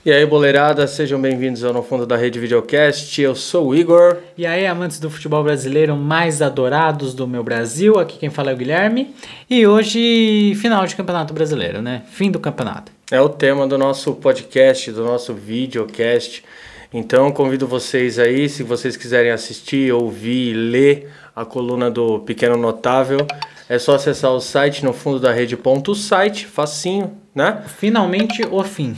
E aí, boleirada, sejam bem-vindos ao No Fundo da Rede Videocast. Eu sou o Igor. E aí, amantes do futebol brasileiro mais adorados do meu Brasil, aqui quem fala é o Guilherme. E hoje, final de Campeonato Brasileiro, né? Fim do campeonato. É o tema do nosso podcast, do nosso videocast. Então, convido vocês aí, se vocês quiserem assistir, ouvir, ler a coluna do Pequeno Notável, é só acessar o site nofundodarrede.site, facinho, né? Finalmente o fim.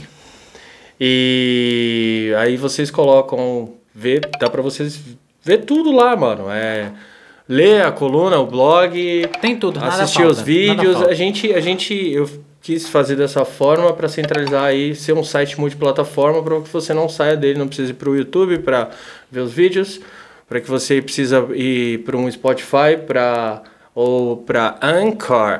E aí vocês colocam, dá pra vocês ver tudo lá, mano. Ler a coluna, o blog, tem tudo, assistir os vídeos. Eu quis fazer dessa forma para centralizar aí, ser um site multiplataforma para que você não saia dele, não precise ir pro YouTube para ver os vídeos, para que você precisa ir para um Spotify ou para Anchor,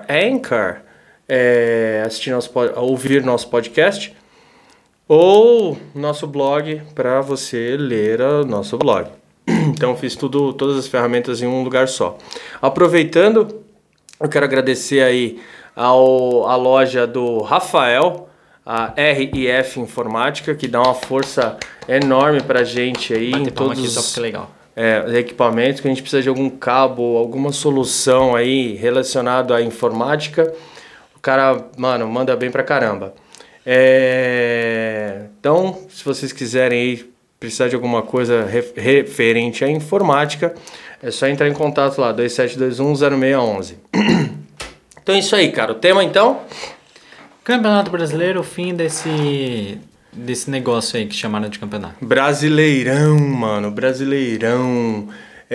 ouvir nosso podcast. Ou nosso blog, para você ler o nosso blog. Então fiz todas as ferramentas em um lugar só. Aproveitando, eu quero agradecer aí à loja do Rafael, a RIF Informática, que dá uma força enorme pra gente aí em todos os equipamentos, que a gente precisa de algum cabo, alguma solução aí relacionada à informática. O cara, mano, manda bem pra caramba. Então, se vocês quiserem aí, precisar de alguma coisa referente à informática, é só entrar em contato lá, 27210611. Então é isso aí, cara. O tema, então? Campeonato Brasileiro, o fim desse negócio aí que chamaram de campeonato. Brasileirão, mano. Brasileirão.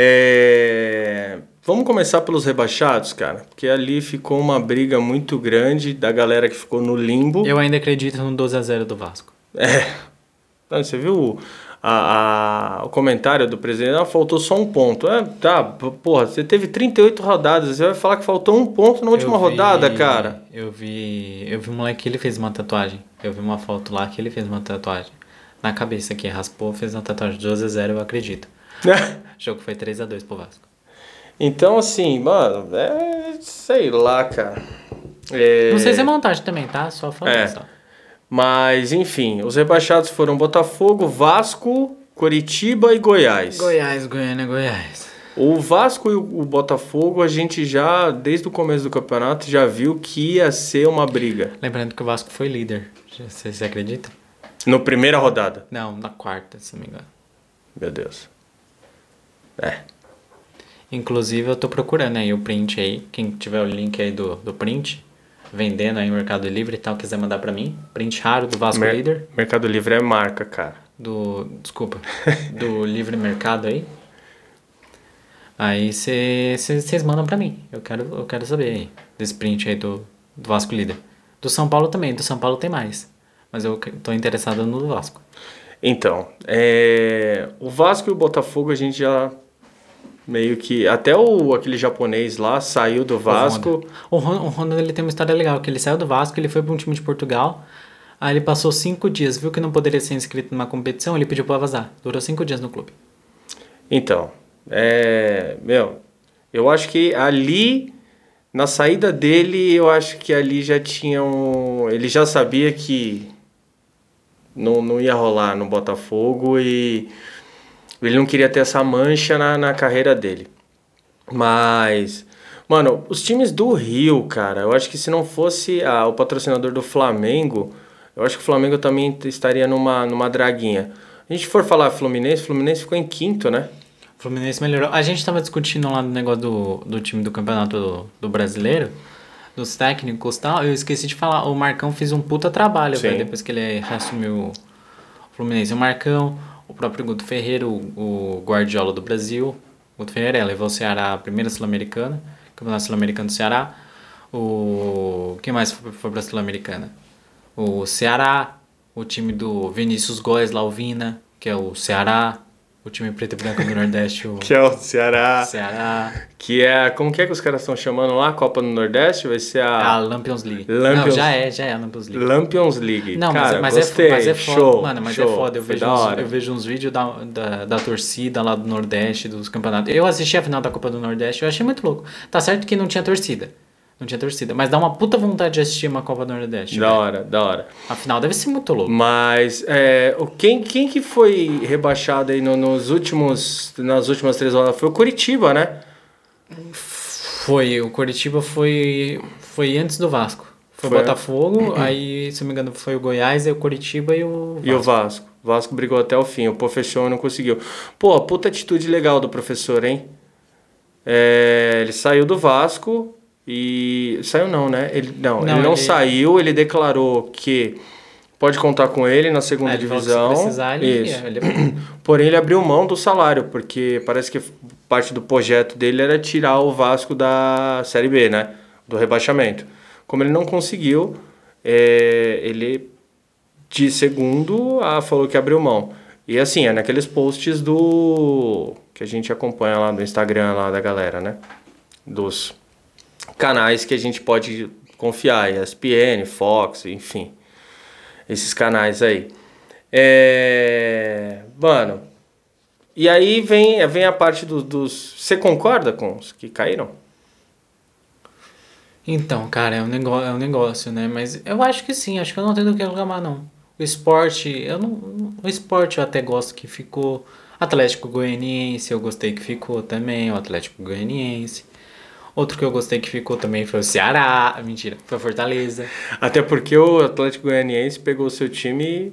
Vamos começar pelos rebaixados, cara, porque ali ficou uma briga muito grande da galera que ficou no limbo. Eu ainda acredito no 12-0 do Vasco. Então, você viu o comentário do presidente? Faltou só um ponto. Porra, você teve 38 rodadas, você vai falar que faltou um ponto na última rodada, cara? Eu vi um moleque que ele fez uma tatuagem. Eu vi uma foto lá que ele fez uma tatuagem. Na cabeça aqui, raspou, fez uma tatuagem de 12-0, eu acredito. O jogo foi 3-2 pro Vasco. Então, assim, mano, sei lá, cara. Não sei se é montagem também, tá? Só falando só. Mas, enfim, os rebaixados foram Botafogo, Vasco, Coritiba e Goiás. Goiás. O Vasco e o Botafogo, a gente já, desde o começo do campeonato, já viu que ia ser uma briga. Lembrando que o Vasco foi líder. Você acredita? No primeira rodada? Não, na quarta, se não me engano. Meu Deus. Inclusive, eu tô procurando aí o print aí. Quem tiver o link aí do print, vendendo aí no Mercado Livre e tal, quiser mandar pra mim. Print raro do Vasco líder. Mercado Livre é marca, cara. Do Livre Mercado aí. Aí vocês mandam pra mim. Eu quero saber aí desse print aí do Vasco líder. Do São Paulo também. Do São Paulo tem mais. Mas eu tô interessado no do Vasco. Então, o Vasco e o Botafogo a gente já... meio que... Até aquele japonês lá saiu do Vasco. O Honda ele tem uma história legal, que ele saiu do Vasco, ele foi para um time de Portugal, aí ele passou 5 dias, viu que não poderia ser inscrito numa competição, ele pediu para vazar. Durou 5 dias no clube. Então, eu acho que ali, na saída dele, eu acho que ali já tinha ele já sabia que não ia rolar no Botafogo e... ele não queria ter essa mancha na carreira dele. Mas, mano, os times do Rio, cara, eu acho que se não fosse o patrocinador do Flamengo, eu acho que o Flamengo também estaria numa draguinha. A gente for falar Fluminense ficou em quinto, né? Fluminense melhorou. A gente tava discutindo lá no negócio do time do campeonato do brasileiro, dos técnicos e tal. Eu esqueci de falar, o Marcão fez um puta trabalho, velho, depois que ele reassumiu o Fluminense. O Marcão... o próprio Guto Ferreira, o Guardiola do Brasil. Guto Ferreira levou o Ceará à primeira Sul-Americana, Campeonato Sul-Americano do Ceará. Quem mais foi para a Sul-Americana? O Ceará, o time do Vinícius Góes, Lauvina, que é o Ceará. O time preto e branco do Nordeste. Que é o Ceará. Que é... Como que é que os caras estão chamando lá? Copa do Nordeste? Vai ser a Lampions League. Não, já é a Lampions League. Lampions League. Não, cara, mas é foda. Show, mano, mas show. é foda. Eu vejo uns vídeos da torcida lá do Nordeste, dos campeonatos. Eu assisti a final da Copa do Nordeste, eu achei muito louco. Tá certo que não tinha torcida. Não tinha torcida. Mas dá uma puta vontade de assistir uma Copa do Nordeste. Da hora, da hora. A final deve ser muito louco. Mas, quem que foi rebaixado aí nas últimas 3 horas? Foi o Coritiba, né? O Coritiba foi antes do Vasco. Foi o Botafogo, aí, se não me engano, foi o Goiás, aí o Coritiba e o Vasco. E o Vasco. O Vasco brigou até o fim, o professor não conseguiu. Pô, puta atitude legal do professor, hein? Ele saiu do Vasco e... Saiu não, né? Ele não saiu, ele declarou que pode contar com ele na segunda divisão. Se precisar, ele... Porém, ele abriu mão do salário, porque parece que parte do projeto dele era tirar o Vasco da Série B, né? Do rebaixamento. Como ele não conseguiu, ele, de segundo, falou que abriu mão. E assim, é naqueles posts que a gente acompanha lá no Instagram lá da galera, né? Dos canais que a gente pode confiar, ESPN, Fox, enfim. Esses canais aí. Mano, e aí vem a parte dos... Você concorda com os que caíram? Então, cara, é um negócio, né? Mas eu acho que sim, acho que eu não tenho do que reclamar, não. O esporte, o esporte eu até gosto que ficou. Atlético Goianiense, eu gostei que ficou também, o Atlético Goianiense. Outro que eu gostei que ficou também foi o Ceará. Mentira, foi o Fortaleza. Até porque o Atlético Goianiense pegou o seu time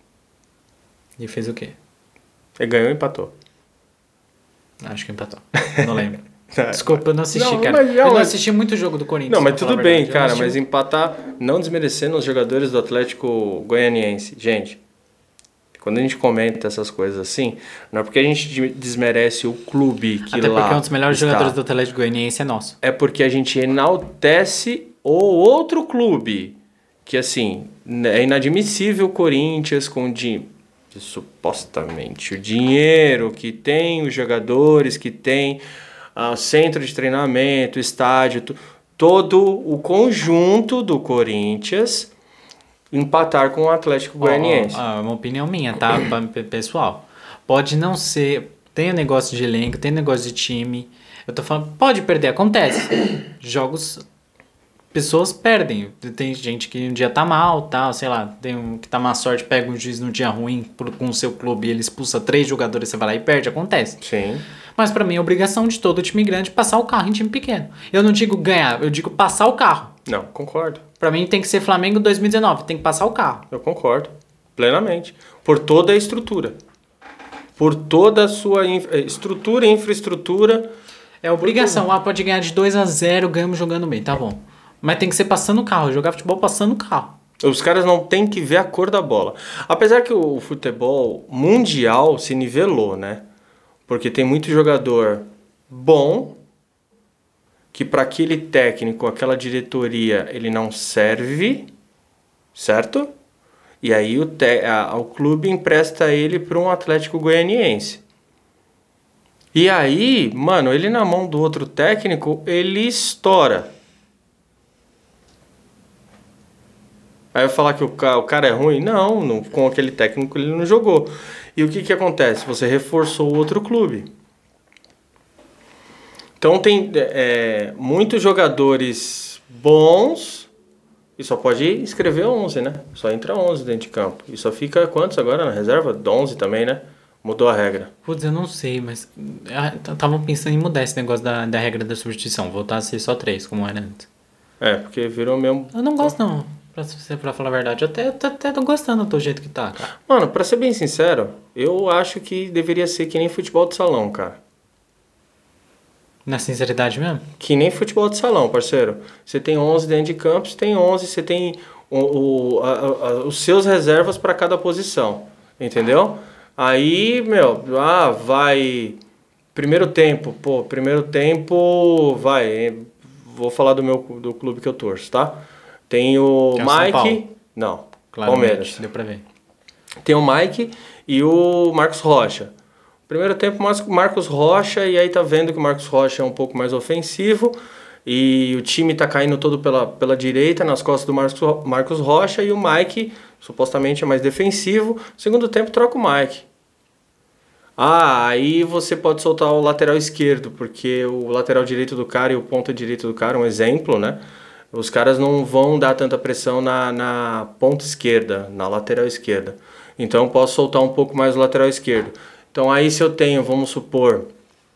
e fez o quê? Ele ganhou ou empatou? Acho que empatou, não lembro. Desculpa, eu não assisti, cara. Eu não assisti muito jogo do Corinthians. Não, mas tudo bem, cara. Mas empatar, não desmerecendo os jogadores do Atlético Goianiense. Gente, quando a gente comenta essas coisas assim, não é porque a gente desmerece o clube que até lá porque um dos melhores jogadores do Atlético Goianiense é nosso. É porque a gente enaltece o outro clube. Que, assim, é inadmissível o Corinthians com supostamente o dinheiro que tem, os jogadores que tem... centro de treinamento, estádio, todo o conjunto do Corinthians empatar com o Atlético Goianiense. Uma opinião minha, tá? Pessoal, pode não ser... Tem negócio de elenco, tem negócio de time. Eu tô falando, pode perder, acontece. Jogos... Pessoas perdem. Tem gente que um dia tá mal, tal, sei lá. Tem um que tá má sorte, pega um juiz no dia ruim com o seu clube e ele expulsa 3 jogadores, você vai lá e perde, acontece. Sim. Mas pra mim é obrigação de todo time grande passar o carro em time pequeno. Eu não digo ganhar, eu digo passar o carro. Não, concordo. Pra mim tem que ser Flamengo 2019, tem que passar o carro. Eu concordo, plenamente. Por toda a estrutura. Por toda a sua estrutura e infraestrutura. É obrigação. Pode ganhar de 2-0, ganhamos jogando bem, tá bom. Mas tem que ser passando o carro, jogar futebol passando o carro. Os caras não tem que ver a cor da bola. Apesar que o futebol mundial se nivelou, né? Porque tem muito jogador bom que para aquele técnico, aquela diretoria, ele não serve, certo? E aí o clube empresta ele para um Atlético Goianiense. E aí, mano, ele na mão do outro técnico, ele estoura. Aí eu falar que o cara é ruim? Não, com aquele técnico ele não jogou. E o que acontece? Você reforçou o outro clube. Então tem muitos jogadores bons e só pode escrever 11, né? Só entra 11 dentro de campo. E só fica quantos agora na reserva? 11 também, né? Mudou a regra. Putz, eu não sei, mas estavam pensando em mudar esse negócio da regra da substituição. Voltar a ser só 3, como era antes. Porque virou mesmo... Eu não gosto, não. Pra falar a verdade, eu até tô gostando do jeito que tá, cara. Mano, pra ser bem sincero, eu acho que deveria ser que nem futebol de salão, cara. Na sinceridade mesmo? Que nem futebol de salão, parceiro. Você tem 11 dentro de campo, você tem 11, você tem os seus reservas pra cada posição, entendeu? Aí, vai... Primeiro tempo, vai... Vou falar do clube que eu torço, tá? Tem o Mike... Não, Palmeiras. Deu pra ver. Tem o Mike e o Marcos Rocha. Primeiro tempo, Marcos Rocha, e aí tá vendo que o Marcos Rocha é um pouco mais ofensivo, e o time tá caindo todo pela direita, nas costas do Marcos Rocha, e o Mike, supostamente, é mais defensivo. Segundo tempo, troca o Mike. Aí você pode soltar o lateral esquerdo, porque o lateral direito do cara e o ponta direito do cara, um exemplo, né? Os caras não vão dar tanta pressão na ponta esquerda, na lateral esquerda. Então eu posso soltar um pouco mais o lateral esquerdo. Então aí se eu tenho, vamos supor,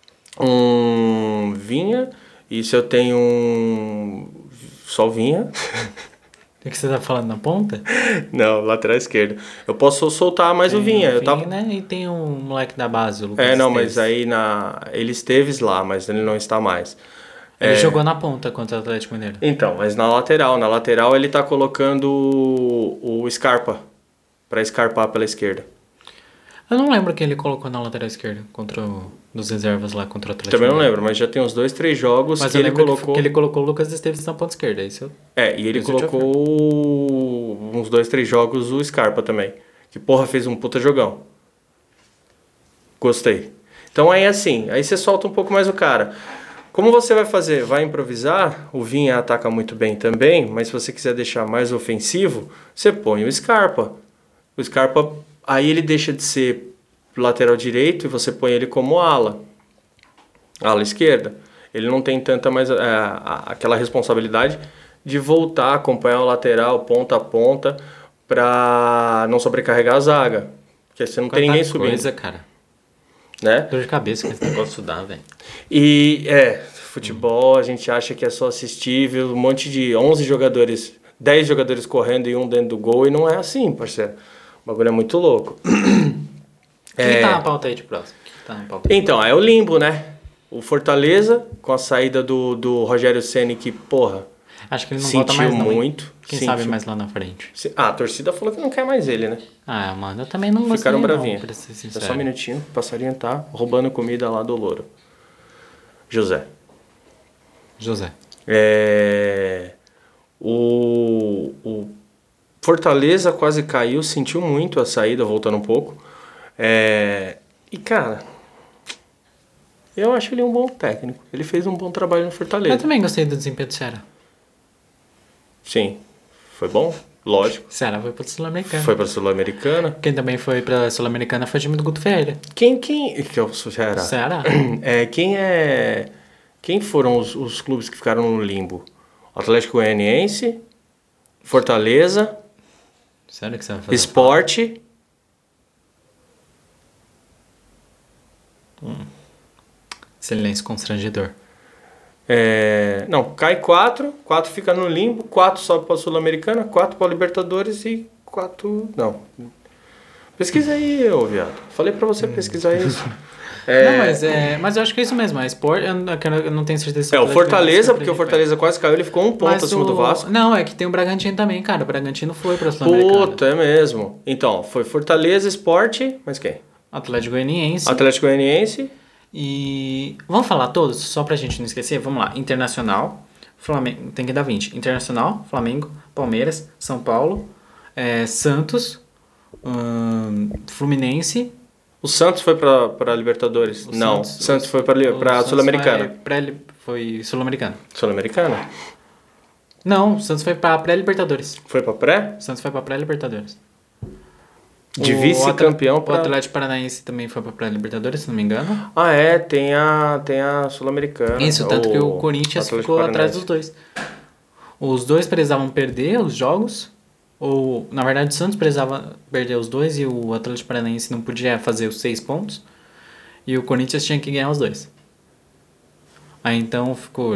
um Vinha, e se eu tenho só o Vinha... O que você tá falando, na ponta? Não, lateral esquerdo. Eu posso soltar mais o Vinha. Eu tava... né? E tem um moleque da base, o Lucas não, Esteves. mas aí ele esteve lá, mas ele não está mais. Ele jogou na ponta contra o Atlético Mineiro. Então, mas na lateral ele tá colocando o Scarpa para escarpar pela esquerda. Eu não lembro quem ele colocou na lateral esquerda dos reservas lá contra o Atlético. Também não lembro, mas já tem uns 2, 3 jogos mas que ele colocou. Que ele colocou o Lucas Esteves na ponta esquerda, isso. E ele colocou uns 2, 3 jogos o Scarpa também, que porra fez um puta jogão. Gostei. Então aí assim, aí você solta um pouco mais o cara. Como você vai fazer? Vai improvisar? O Vinha ataca muito bem também, mas se você quiser deixar mais ofensivo, você põe o Scarpa. O Scarpa, aí ele deixa de ser lateral direito e você põe ele como ala esquerda. Ele não tem tanta mais aquela responsabilidade de voltar, acompanhar o lateral ponta a ponta para não sobrecarregar a zaga. Porque você não tem ninguém subindo. Coisa, cara. Né? Dor de cabeça que esse negócio dá, velho. E futebol a gente acha que é só assistível, um monte de 11 jogadores, 10 jogadores correndo e um dentro do gol, e não é assim, parceiro. O bagulho é muito louco. O que tá na pauta aí de próximo? Então, é o limbo, né? O Fortaleza, com a saída do Rogério Ceni, que, porra, acho que ele não volta mais não, muito. Quem sabe mais lá na frente. A torcida falou que não quer mais ele, né? Mano, eu também não gostei. Ficaram bravinhos. É só um minutinho, o passarinho tá roubando comida lá do louro. José. O Fortaleza quase caiu, sentiu muito a saída, voltando um pouco. E, cara, eu acho ele um bom técnico. Ele fez um bom trabalho no Fortaleza. Eu também gostei do desempenho do Ceará. Sim. Foi bom? Lógico. Ceará foi pra Sul-Americana. Foi pra Sul-Americana. Quem também foi pra Sul-Americana foi o time do Guto Ferreira. Que é o Ceará? Ceará. Quem foram os clubes que ficaram no limbo? Atlético Goianiense, Fortaleza, Sério que você vai fazer? Sport. Silêncio constrangedor. Não, cai 4 fica no limbo, 4 sobe pra Sul-Americana, 4 pra Libertadores e 4... Não. Pesquisa aí, ô viado. Falei pra você pesquisar isso. Não, mas eu acho que é isso mesmo. A Sport, eu não tenho certeza se o Fortaleza, porque o Fortaleza quase caiu, ele ficou um ponto acima do Vasco. Não, é que tem o Bragantino também, cara. O Bragantino foi pra Sul-Americana. Puta, é mesmo. Então, foi Fortaleza, Sport, mas quem? Atlético Goianiense. E vamos falar todos, só pra gente não esquecer? Vamos lá. Internacional, Flamengo, tem que dar 20. Internacional, Flamengo, Palmeiras, São Paulo, Santos, Fluminense. O Santos foi pra Libertadores? Não, Santos foi pra Sul-Americana. Foi Sul-Americana. Sul-Americana? Não, o Santos foi pra pré-Libertadores. Foi pra pré? O Santos foi pra pré-Libertadores. De vice-campeão O Atlético Paranaense também foi pra pré-Libertadores, se não me engano. Tem a Sul-Americana. Isso, tanto que o Corinthians ficou atrás dos dois. Os dois precisavam perder os jogos, ou, na verdade, o Santos precisava perder os dois e o Atlético Paranaense não podia fazer os 6 pontos. E o Corinthians tinha que ganhar os dois. Aí então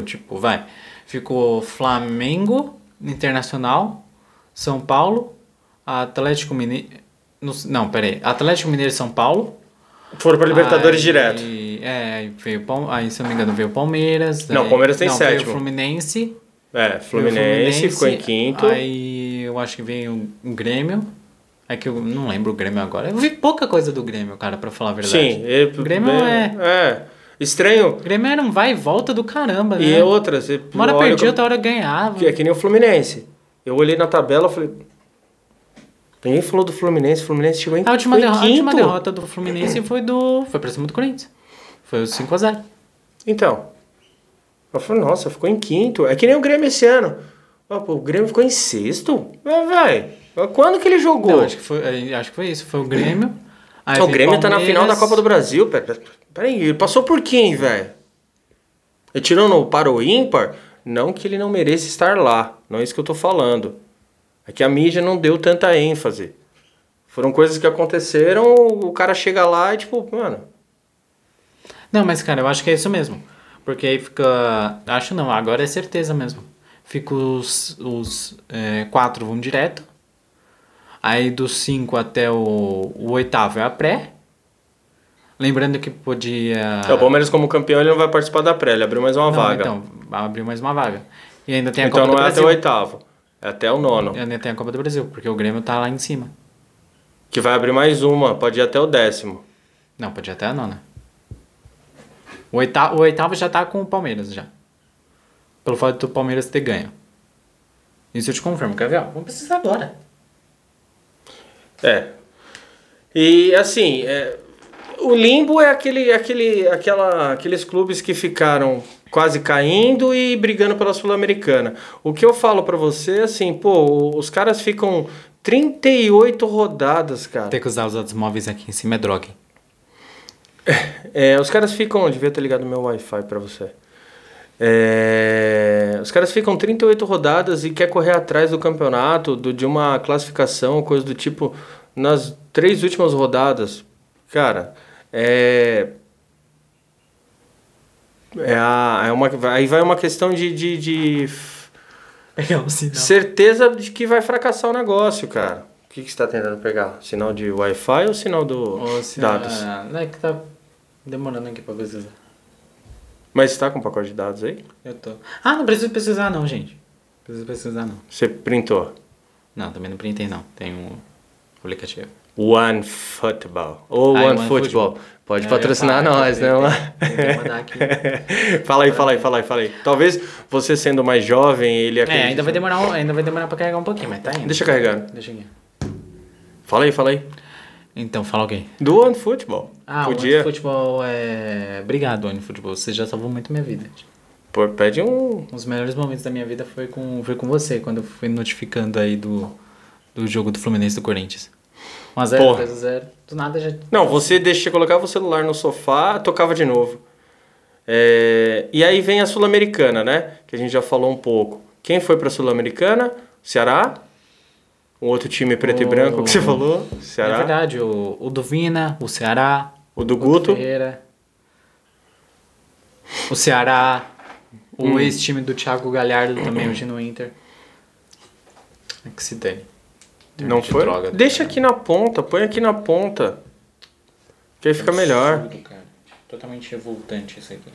ficou Flamengo, Internacional, São Paulo, Atlético Mineiro... Atlético Mineiro e São Paulo. Foram pra Libertadores direto. Aí, se eu não me engano, veio o Palmeiras. Não, o Palmeiras tem 7º. Veio o Fluminense. Fluminense ficou em 5º. Aí eu acho que veio o Grêmio. É que eu não lembro o Grêmio agora. Eu vi pouca coisa do Grêmio, cara, pra falar a verdade. Sim. O Grêmio estranho. O Grêmio era um vai e volta do caramba, né? E outra, uma hora perdia, outra hora ganhava. É que nem o Fluminense. Eu olhei na tabela e falei... Ninguém falou do Fluminense. O Fluminense chegou em quinto. A última derrota do Fluminense foi pra cima do Corinthians. Foi o 5-0. Então. Eu falei, nossa, ficou em 5º. É que nem o Grêmio esse ano. O Grêmio ficou em 6º? Velho. Quando que ele jogou? Não, acho que foi isso. Foi o Grêmio. Aí O vem Grêmio tá na final da Palmeiras. Copa do Brasil. Peraí, ele passou por quem, velho? Ele tirou no para o ímpar? Não que ele não mereça estar lá. Não é isso que eu tô falando. É que a mídia não deu tanta ênfase. Foram coisas que aconteceram, o cara chega lá e tipo, mano... Não, mas cara, eu acho que é isso mesmo. Porque aí fica... Acho não, agora é certeza mesmo. Fica os 4 vão direto. Aí dos 5 até o 8º é a pré. Lembrando que podia... O Palmeiras como campeão ele não vai participar da pré, ele abriu mais uma Não, vaga. então, abriu mais uma vaga. E ainda tem a Então Copa não do é Brasil. até o 8º, é até o 9º. E ainda tem a Copa do Brasil, porque o Grêmio tá lá em cima. Que vai abrir mais uma, pode ir até o 10º. Não, pode ir até a 9ª. O 8º já tá com o Palmeiras, já. Pelo fato do Palmeiras ter ganho. Isso eu te confirmo, quer ver? Ó, vamos precisar agora. E assim, o limbo é aqueles clubes que ficaram quase caindo e brigando pela Sul-Americana. O que eu falo pra você, assim, pô, os caras ficam 38 rodadas, cara. Ter que usar os dados móveis aqui em cima é droga. Os caras ficam... Devia ter ligado meu Wi-Fi pra você. Os caras ficam 38 rodadas e quer correr atrás do campeonato, de uma classificação, coisa do tipo, nas 3 últimas rodadas. Cara, aí vai uma questão de Pegar um sinal. certeza de que vai fracassar o negócio, cara. O que você está tentando pegar? Sinal de Wi-Fi ou sinal do dados? Não é que tá demorando aqui pra pesquisar. Mas você tá com um pacote de dados aí? Eu tô. Ah, não preciso pesquisar não, gente. Não preciso pesquisar não. Você printou? Não, também não printei não. Tem um aplicativo. OneFootball. Ou Ah, OneFootball. Pode É, patrocinar eu ia falar, nós, eu né? tenho que mandar aqui. Fala aí. Talvez você sendo mais jovem, ele acredite. Ainda vai demorar pra carregar um pouquinho, mas tá indo. Deixa carregando. Deixa aqui. Fala aí. Então, fala alguém. Do OneFootball. Ah, Podia. o OneFootball é... Obrigado, OneFootball. Você já salvou muito minha vida. Pô, pede um... Um dos melhores momentos da minha vida foi com você, quando eu fui notificando aí do jogo do Fluminense e do Corinthians. 1x0, Porra. 2x0. Do nada já... Não, você colocava o celular no sofá, tocava de novo. E aí vem a Sul-Americana, né? Que a gente já falou um pouco. Quem foi pra Sul-Americana? Ceará? Um outro time preto e branco que você falou? Ceará. É verdade, o do Vina, o Ceará, O do Guto. Ferreira, o Ceará, o ex-time do Thiago Galhardo também, hoje no Inter. É que se dane. Não De foi? droga do Deixa cara. aqui na ponta, põe aqui na ponta. Que aí fica melhor. Absurdo, cara. Totalmente revoltante isso aqui.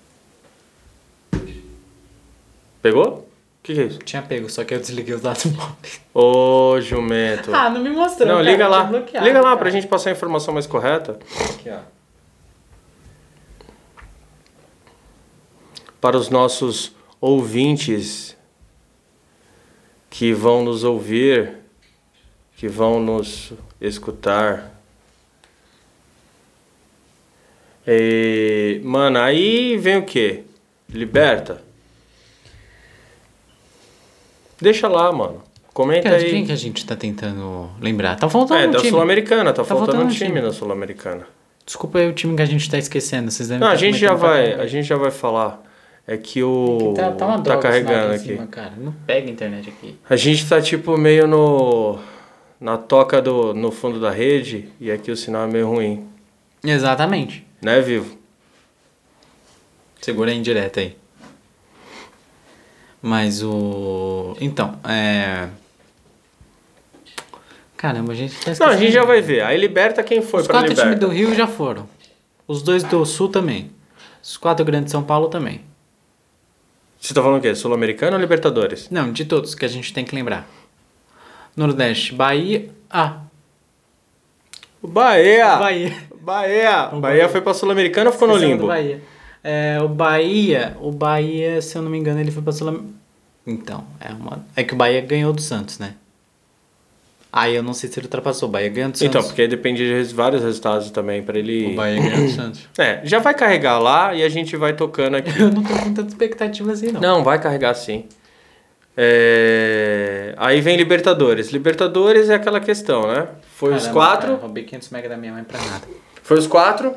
Pegou? O que é isso? Tinha pego, só que eu desliguei os dados móveis. Ô, jumento. Ah, não me mostrou. Não, cara, liga lá. tinha bloqueado, Liga lá cara. pra gente passar a informação mais correta. Aqui, ó. Para os nossos ouvintes que vão nos ouvir, que vão nos escutar. Mano, aí vem o quê? Liberta? Deixa lá, mano. Comenta Cara, de quem aí. que a gente tá tentando lembrar? Tá faltando um Da time. Sul-Americana, tá faltando faltando um um time time. na Sul-Americana. Desculpa aí o time que a gente tá esquecendo. Vocês devem Não, a tá gente já comentando pra vai, caramba. a gente já vai falar. É que o Tá uma droga carregando esse aqui. sinal em cima, cara. Não pega a internet aqui. A gente tá tipo meio na toca no fundo da rede e aqui o sinal é meio ruim, Exatamente. né, Vivo? Segura a indireta aí. Mas Então, Caramba, a gente tá esquecendo. Não, a gente já vai ver. Aí liberta quem foi Os pra 4 times liberta. do Rio já foram. Os 2 do Sul também. Os 4 grandes de São Paulo também. Você tá falando o quê? Sul-Americana ou Libertadores? Não, de todos que a gente tem que lembrar. Nordeste, Bahia... Bahia! Bahia. Bahia foi pra Sul-Americana ou ficou no Esquecemos do limbo? Bahia. O Bahia, se eu não me engano, ele foi pra Sul-Americana. Então, é que o Bahia ganhou do Santos, né? Aí eu não sei se ele ultrapassou. O Bahia ganhou do Santos. Então, porque depende de vários resultados também pra ele... O Bahia ganhou do Santos. Já vai carregar lá e a gente vai tocando aqui. Eu não tô com tanta expectativa assim, não. Não, vai carregar sim. Aí vem Libertadores. Libertadores é aquela questão, né? Foi os 4. Cara, roubei 500 mega da minha mãe pra nada. Foi os 4.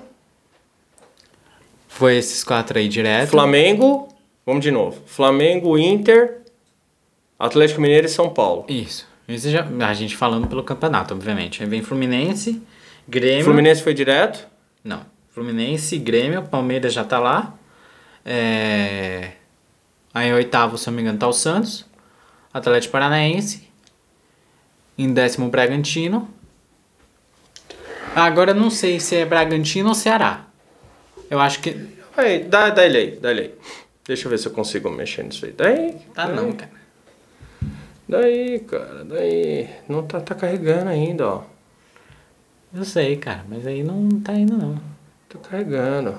Foi esses 4 aí direto. Flamengo. Vamos de novo. Flamengo, Inter, Atlético Mineiro e São Paulo. Isso. A gente falando pelo campeonato, obviamente. Aí vem Fluminense, Grêmio... Fluminense foi direto? Não. Fluminense, Grêmio, Palmeiras já tá lá. Aí em oitavo, se não me engano, tá o Santos. Atlético Paranaense. Em 10º, Bragantino. Agora eu não sei se é Bragantino ou Ceará. Eu acho que... Aí, dá ele aí. Deixa eu ver se eu consigo mexer nisso aí. Daí... não, cara. Daí, cara, não tá carregando ainda, ó. Eu sei, cara, mas aí não tá indo, não. Tá carregando.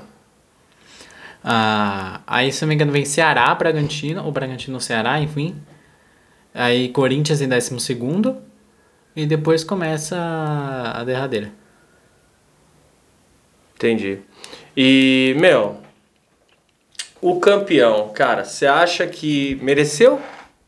Aí, se não me engano, vem Ceará, Bragantino, ou Bragantino Ceará, enfim. Aí, Corinthians em 12º. E depois começa a derradeira. Entendi. E, o campeão, cara, você acha que mereceu?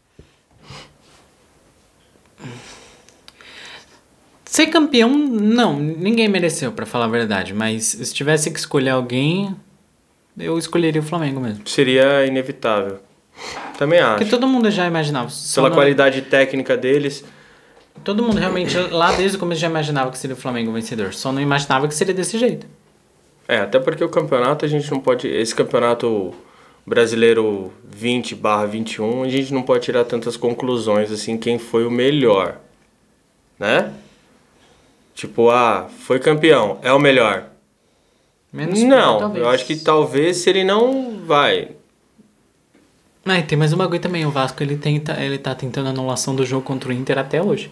Ser campeão, não. Ninguém mereceu, pra falar a verdade. Mas se tivesse que escolher alguém, eu escolheria o Flamengo mesmo. Seria inevitável. Também acho. Porque todo mundo já imaginava. Pela qualidade técnica deles. Todo mundo realmente, lá desde o começo, já imaginava que seria o Flamengo o vencedor. Só não imaginava que seria desse jeito. Até porque o campeonato a gente não pode... Esse campeonato brasileiro 20/21, a gente não pode tirar tantas conclusões assim, quem foi o melhor. Né? Tipo, foi campeão, é o melhor. Menos não, talvez. Eu acho que talvez se ele não vai. Tem mais um bagulho também. O Vasco ele tá tentando anulação do jogo contra o Inter até hoje.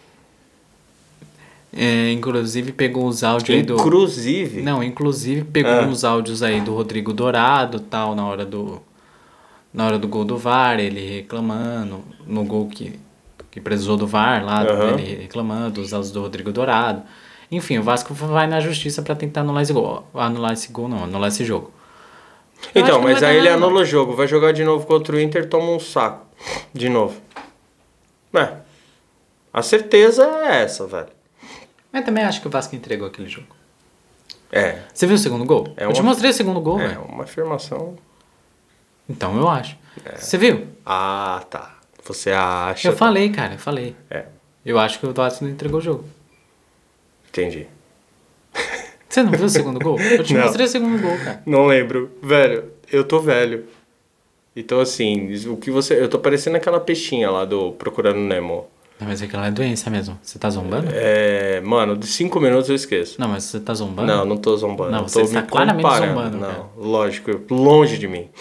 Inclusive pegou os áudios aí do... Inclusive pegou uns áudios aí do Rodrigo Dourado, tal, na hora do gol do VAR, ele reclamando, no gol que precisou do VAR lá, ele reclamando dos áudios do Rodrigo Dourado. Enfim, o Vasco vai na justiça pra tentar anular esse jogo. Então, mas aí ele anula o jogo, vai jogar de novo contra o Inter, toma um saco. De novo. A certeza é essa, velho. Mas também acho que o Vasco entregou aquele jogo. Você viu o segundo gol? Eu te mostrei o segundo gol, velho. É uma afirmação. Então eu acho. Você viu? Tá. Você acha... Eu falei, cara, eu falei. É. Eu acho que o Vasco não entregou o jogo. Entendi. Você não viu o segundo gol? Eu te mostrei o segundo gol, cara. Não lembro. Velho, eu tô velho. Então, assim, o que você... Eu tô parecendo aquela peixinha lá do Procurando Nemo. Não, mas aquela é doença mesmo. Você tá zombando? Mano, de 5 minutos eu esqueço. Não, mas você tá zombando? Não, não tô zombando. Não, você está claramente zombando. Não, cara. Lógico, longe de mim.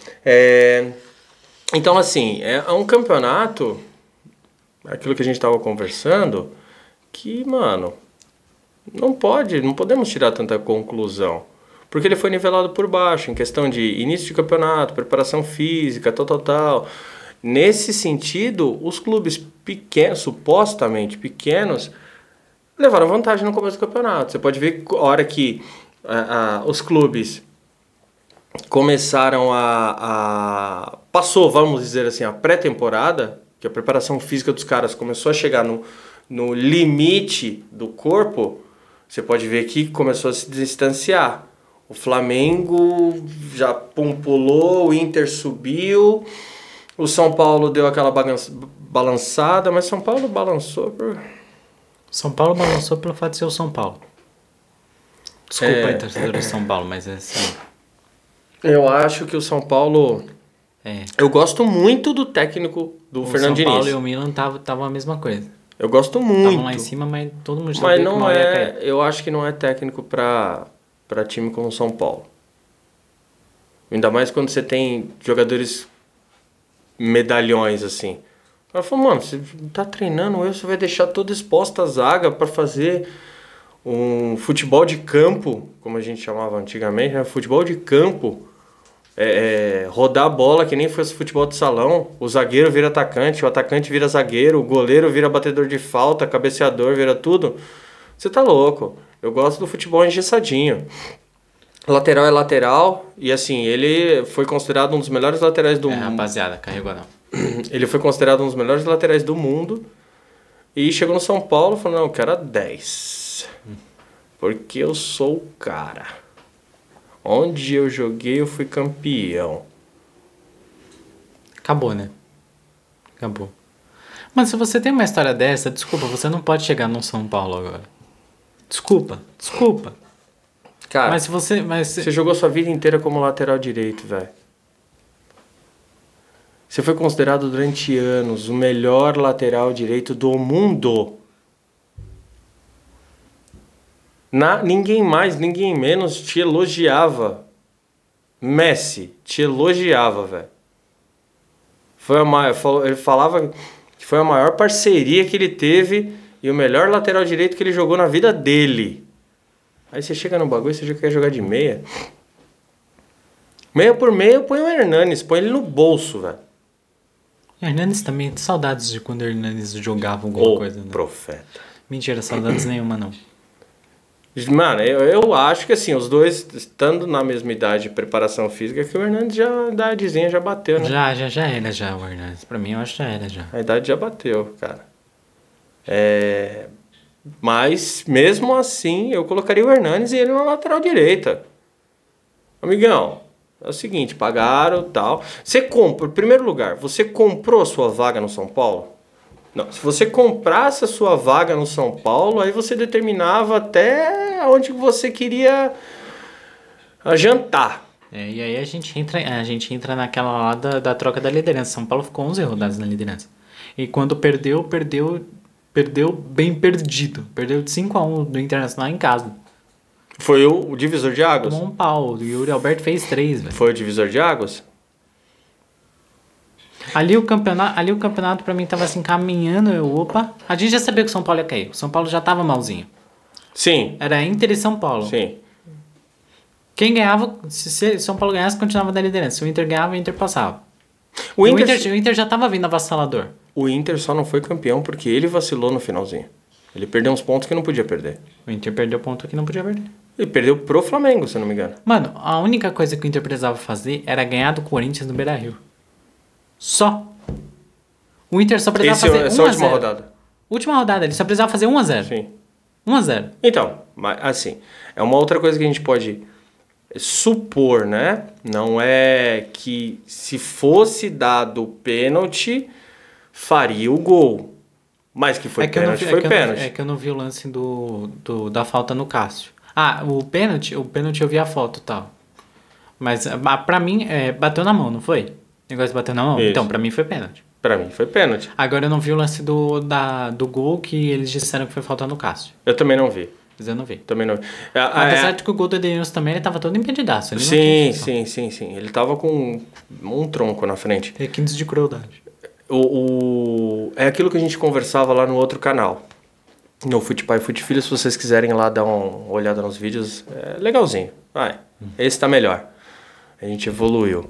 Então, assim, é um campeonato, aquilo que a gente tava conversando, que, mano, não podemos tirar tanta conclusão. Porque ele foi nivelado por baixo, em questão de início de campeonato, preparação física, tal. Nesse sentido, os clubes pequenos, supostamente pequenos, levaram vantagem no começo do campeonato. Você pode ver a hora que os clubes começaram passou, vamos dizer assim, a pré-temporada, que a preparação física dos caras começou a chegar no limite do corpo, você pode ver que começou a se distanciar. O Flamengo já pulou, o Inter subiu, o São Paulo deu aquela balançada, mas São Paulo balançou São Paulo balançou pelo fato de ser o São Paulo. Desculpa aí, torcedor de São Paulo, mas é assim... Eu acho que o São Paulo... Eu gosto muito do técnico do Fernando Diniz. O São Paulo e o Milan estavam a mesma coisa. Eu gosto muito. Estavam lá em cima, mas todo mundo sabia que uma hora ia cair. Eu acho que não é técnico para time como o São Paulo. Ainda mais quando você tem jogadores medalhões, assim. O cara falou, mano, você tá treinando, você vai deixar toda exposta a zaga para fazer um futebol de campo, como a gente chamava antigamente, né? Futebol de campo, rodar a bola que nem fosse futebol de salão. O zagueiro vira atacante, o atacante vira zagueiro, o goleiro vira batedor de falta, cabeceador, vira tudo. Você tá louco. Eu gosto do futebol engessadinho. Lateral é lateral, e assim, ele foi considerado um dos melhores laterais do mundo. Rapaziada, carregou não. Ele foi considerado um dos melhores laterais do mundo. E chegou no São Paulo e falou, não, eu quero 10. Porque eu sou o cara. Onde eu joguei, eu fui campeão. Acabou, né? Acabou. Mas se você tem uma história dessa, desculpa, você não pode chegar no São Paulo agora. Desculpa. Cara, mas se você... Você jogou sua vida inteira como lateral direito, velho. Você foi considerado durante anos o melhor lateral direito do mundo. Ninguém mais, ninguém menos te elogiava. Messi te elogiava, velho. Ele falava que foi a maior parceria que ele teve e o melhor lateral direito que ele jogou na vida dele. Aí você chega no bagulho e você já quer jogar de meia. Meia por meia, põe o Hernanes, põe ele no bolso, velho. Hernanes também, saudades de quando o Hernanes jogava alguma coisa, né? Profeta. Mentira, saudades nenhuma, não. Mano, eu acho que assim, os dois estando na mesma idade de preparação física, que o Hernandes já, a idadezinha já bateu, né? Já era já o Hernandes. Pra mim, eu acho que já era já. A idade já bateu, cara. Mas, mesmo assim, eu colocaria o Hernandes e ele na lateral direita. Amigão, é o seguinte, pagaram e tal. Você compra, em primeiro lugar, você comprou a sua vaga no São Paulo? Não, se você comprasse a sua vaga no São Paulo, aí você determinava até onde você queria jantar. E aí a gente entra naquela lá da troca da liderança. São Paulo ficou 11 rodadas na liderança. E quando perdeu bem perdido. Perdeu de 5-1 do Internacional em casa. Foi o divisor de águas? Tomou um pau. O Yuri Alberto fez 3, velho. Foi o divisor de águas? Ali o campeonato pra mim tava assim, caminhando, a gente já sabia que o São Paulo ia cair. O São Paulo já tava malzinho. Sim. Era Inter e São Paulo. Sim. Quem ganhava, se São Paulo ganhasse, continuava na liderança. Se o Inter ganhava, o Inter passava. O Inter já tava vindo avassalador. O Inter só não foi campeão porque ele vacilou no finalzinho. Ele perdeu uns pontos que não podia perder. O Inter perdeu ponto que não podia perder. Ele perdeu pro Flamengo, se eu não me engano. Mano, a única coisa que o Inter precisava fazer era ganhar do Corinthians no Beira-Rio. Só. O Inter só precisava fazer 1-0. Essa última rodada. Última rodada, ele só precisava fazer 1-0. Sim. 1-0. Então, assim, é uma outra coisa que a gente pode supor, né? Não é que se fosse dado pênalti, faria o gol. Mas que foi pênalti, foi pênalti. É que eu não vi o lance da falta no Cássio. O pênalti eu vi a foto e tal. Mas pra mim, bateu na mão, não foi? O negócio bateu na mão? Isso. Então, pra mim foi pênalti. Pra mim foi pênalti. Agora eu não vi o lance do gol que eles disseram que foi falta no Cássio. Eu também não vi. Mas eu não vi. Também não vi. Apesar de que o gol do Edenilson também, ele tava todo impedidaço. Sim. Ele tava com um tronco na frente. Requintes de crueldade. É aquilo que a gente conversava lá no outro canal. No Fute Pai e Fute Filho, se vocês quiserem lá dar uma olhada nos vídeos, é legalzinho. Vai. Esse tá melhor. A gente evoluiu.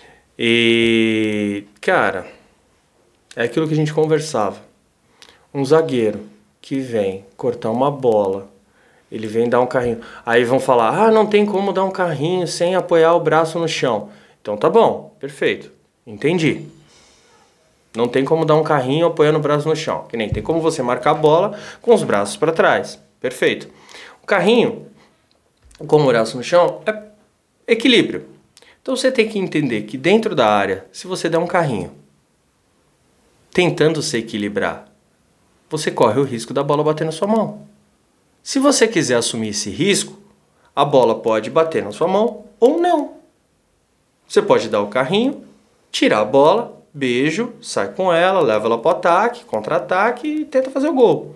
E, cara, é aquilo que a gente conversava. Um zagueiro que vem cortar uma bola, ele vem dar um carrinho. Aí vão falar, não tem como dar um carrinho sem apoiar o braço no chão. Então tá bom, perfeito, entendi. Não tem como dar um carrinho apoiando o braço no chão. Que nem tem como você marcar a bola com os braços para trás. Perfeito. O carrinho com o braço no chão é equilíbrio. Então você tem que entender que dentro da área, se você der um carrinho tentando se equilibrar, você corre o risco da bola bater na sua mão. Se você quiser assumir esse risco, a bola pode bater na sua mão ou não. Você pode dar o carrinho, tirar a bola, beijo, sai com ela, leva ela para o ataque, contra-ataque e tenta fazer o gol.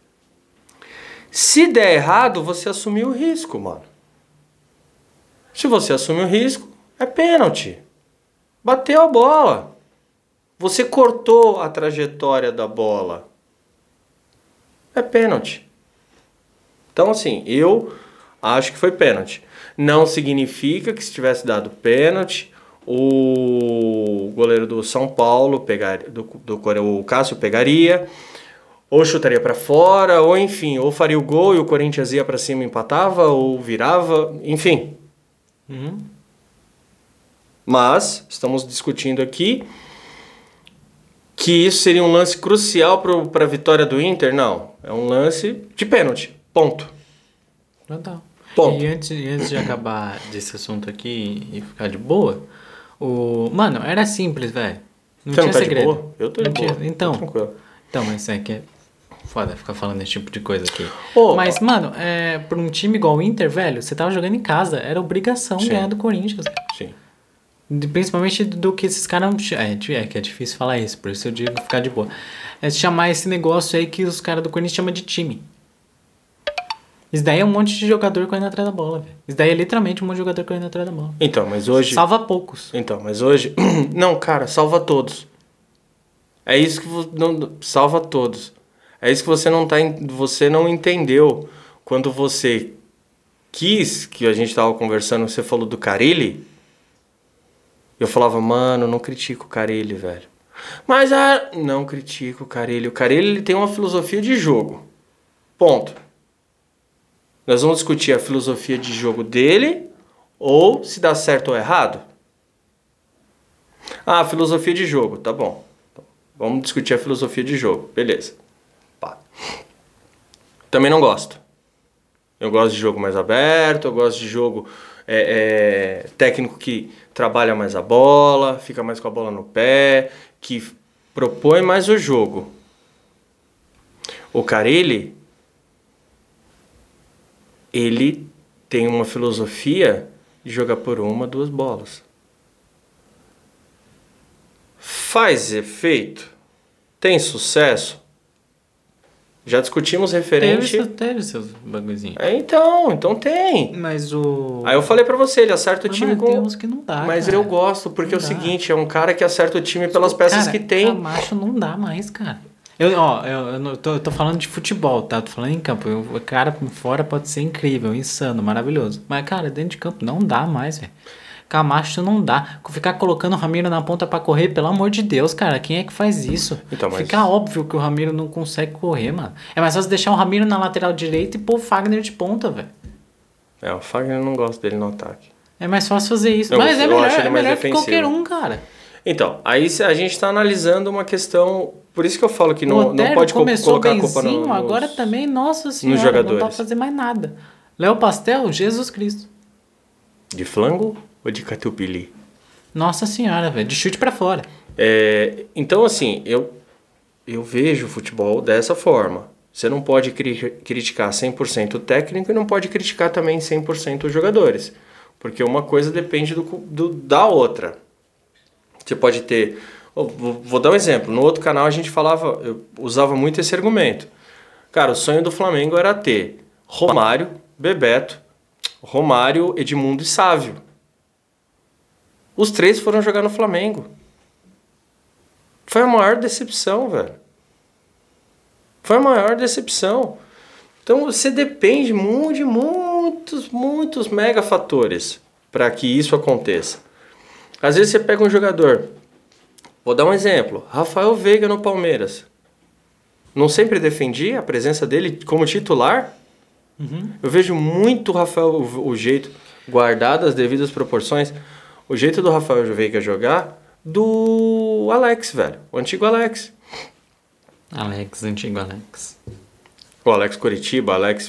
Se der errado, você assumiu o risco, mano. Se você assume o risco, é pênalti. Bateu a bola. Você cortou a trajetória da bola. É pênalti. Então, assim, eu acho que foi pênalti. Não significa que se tivesse dado pênalti, o goleiro do São Paulo pegaria, o Cássio pegaria, ou chutaria para fora, ou enfim, ou faria o gol e o Corinthians ia para cima e empatava, ou virava, enfim. Mas estamos discutindo aqui que isso seria um lance crucial para a vitória do Inter? Não. É um lance de pênalti. Ponto. Total. Ponto. E antes de acabar desse assunto aqui e ficar de boa, mano, era simples, velho. Não Você tinha não tá segredo. de boa? Eu tô de boa. Então, tô tranquilo. Então, mas é que é foda ficar falando esse tipo de coisa aqui. Ô, mas, mano, pra um time igual o Inter, velho, você tava jogando em casa. Era obrigação ganhar do Corinthians. Sim. Principalmente do que esses caras não... que é difícil falar isso, por isso eu digo ficar de boa. É chamar esse negócio aí que os caras do Corinthians chamam de time. Isso daí é um monte de jogador correndo atrás da bola, velho. Isso daí é literalmente um monte de jogador correndo atrás da bola. Então, mas hoje... Salva poucos. Então, mas hoje... Não, cara, salva todos. É isso que... Salva todos. É isso que você não entendeu quando você quis, que a gente tava conversando, você falou do Carille. Eu falava, mano, não critico o Carille, velho. Mas, não critico o Carille. O Carille, ele tem uma filosofia de jogo. Ponto. Nós vamos discutir a filosofia de jogo dele ou se dá certo ou errado. Filosofia de jogo, tá bom. Vamos discutir a filosofia de jogo, beleza. Pá. Também não gosto. Eu gosto de jogo mais aberto, eu gosto de jogo técnico que trabalha mais a bola, fica mais com a bola no pé, que propõe mais o jogo. O Carille, ele tem uma filosofia de jogar por 1, 2 bolas. Faz efeito? Tem sucesso? Já discutimos referente... Teve seus bagulhozinhos. Então tem. Mas Aí eu falei pra você, ele acerta o time com... Tem uns que não dá, Mas cara. eu gosto, porque é o seguinte, é um cara que acerta o time pelas peças que tem. Camacho não dá mais, cara. Eu tô falando de futebol, tá? Tô falando em campo. O cara fora pode ser incrível, insano, maravilhoso. Mas, cara, dentro de campo não dá mais, velho. Camacho não dá. Ficar colocando o Ramiro na ponta pra correr, pelo amor de Deus, cara. Quem é que faz isso? Então, mas... Fica óbvio que o Ramiro não consegue correr, mano. É mais fácil deixar o Ramiro na lateral direita e pôr o Fagner de ponta, velho. O Fagner eu não gosto dele no ataque. É mais fácil fazer isso. Mas é melhor que qualquer um, cara. Então, aí a gente tá analisando uma questão... Por isso que eu falo que não pode colocar a culpa nos... Agora também, nossa senhora, nos jogadores. Não dá pra fazer mais nada. Léo Pastel, Jesus Cristo. De flango ou de catupiry? Nossa senhora, velho. De chute pra fora. Então, assim, eu vejo o futebol dessa forma. Você não pode criticar 100% o técnico e não pode criticar também 100% os jogadores. Porque uma coisa depende da outra. Você pode ter... Vou dar um exemplo. No outro canal a gente falava... Eu usava muito esse argumento. Cara, o sonho do Flamengo era ter Romário, Bebeto, Romário, Edmundo e Sávio. Os 3 foram jogar no Flamengo. Foi a maior decepção, velho. Foi a maior decepção. Então você depende de muitos mega fatores para que isso aconteça. Às vezes você pega um jogador... Vou dar um exemplo. Rafael Veiga no Palmeiras. Não sempre defendi a presença dele como titular? Uhum. Eu vejo muito o jeito, guardado as devidas proporções, o jeito do Rafael Veiga jogar do Alex, velho. O antigo Alex. Antigo Alex. O Alex Curitiba, Alex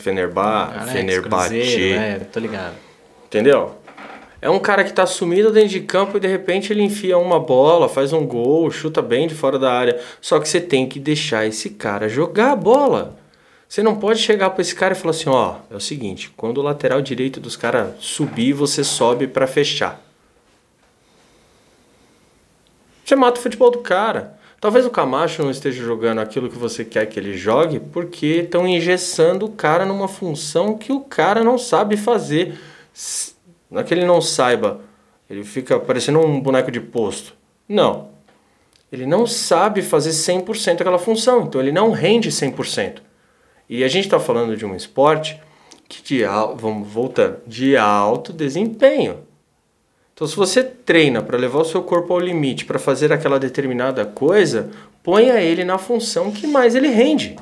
Fenerbahçe. Tô ligado. Entendeu? É um cara que tá sumido dentro de campo e de repente ele enfia uma bola, faz um gol, chuta bem de fora da área. Só que você tem que deixar esse cara jogar a bola. Você não pode chegar pra esse cara e falar assim, é o seguinte, quando o lateral direito dos caras subir, você sobe pra fechar. Você mata o futebol do cara. Talvez o Camacho não esteja jogando aquilo que você quer que ele jogue porque estão engessando o cara numa função que o cara não sabe fazer. Não é que ele não saiba, ele fica parecendo um boneco de posto. Não. Ele não sabe fazer 100% aquela função, então ele não rende 100%. E a gente está falando de um esporte vamos voltando, de alto desempenho. Então se você treina para levar o seu corpo ao limite, para fazer aquela determinada coisa, ponha ele na função que mais ele rende.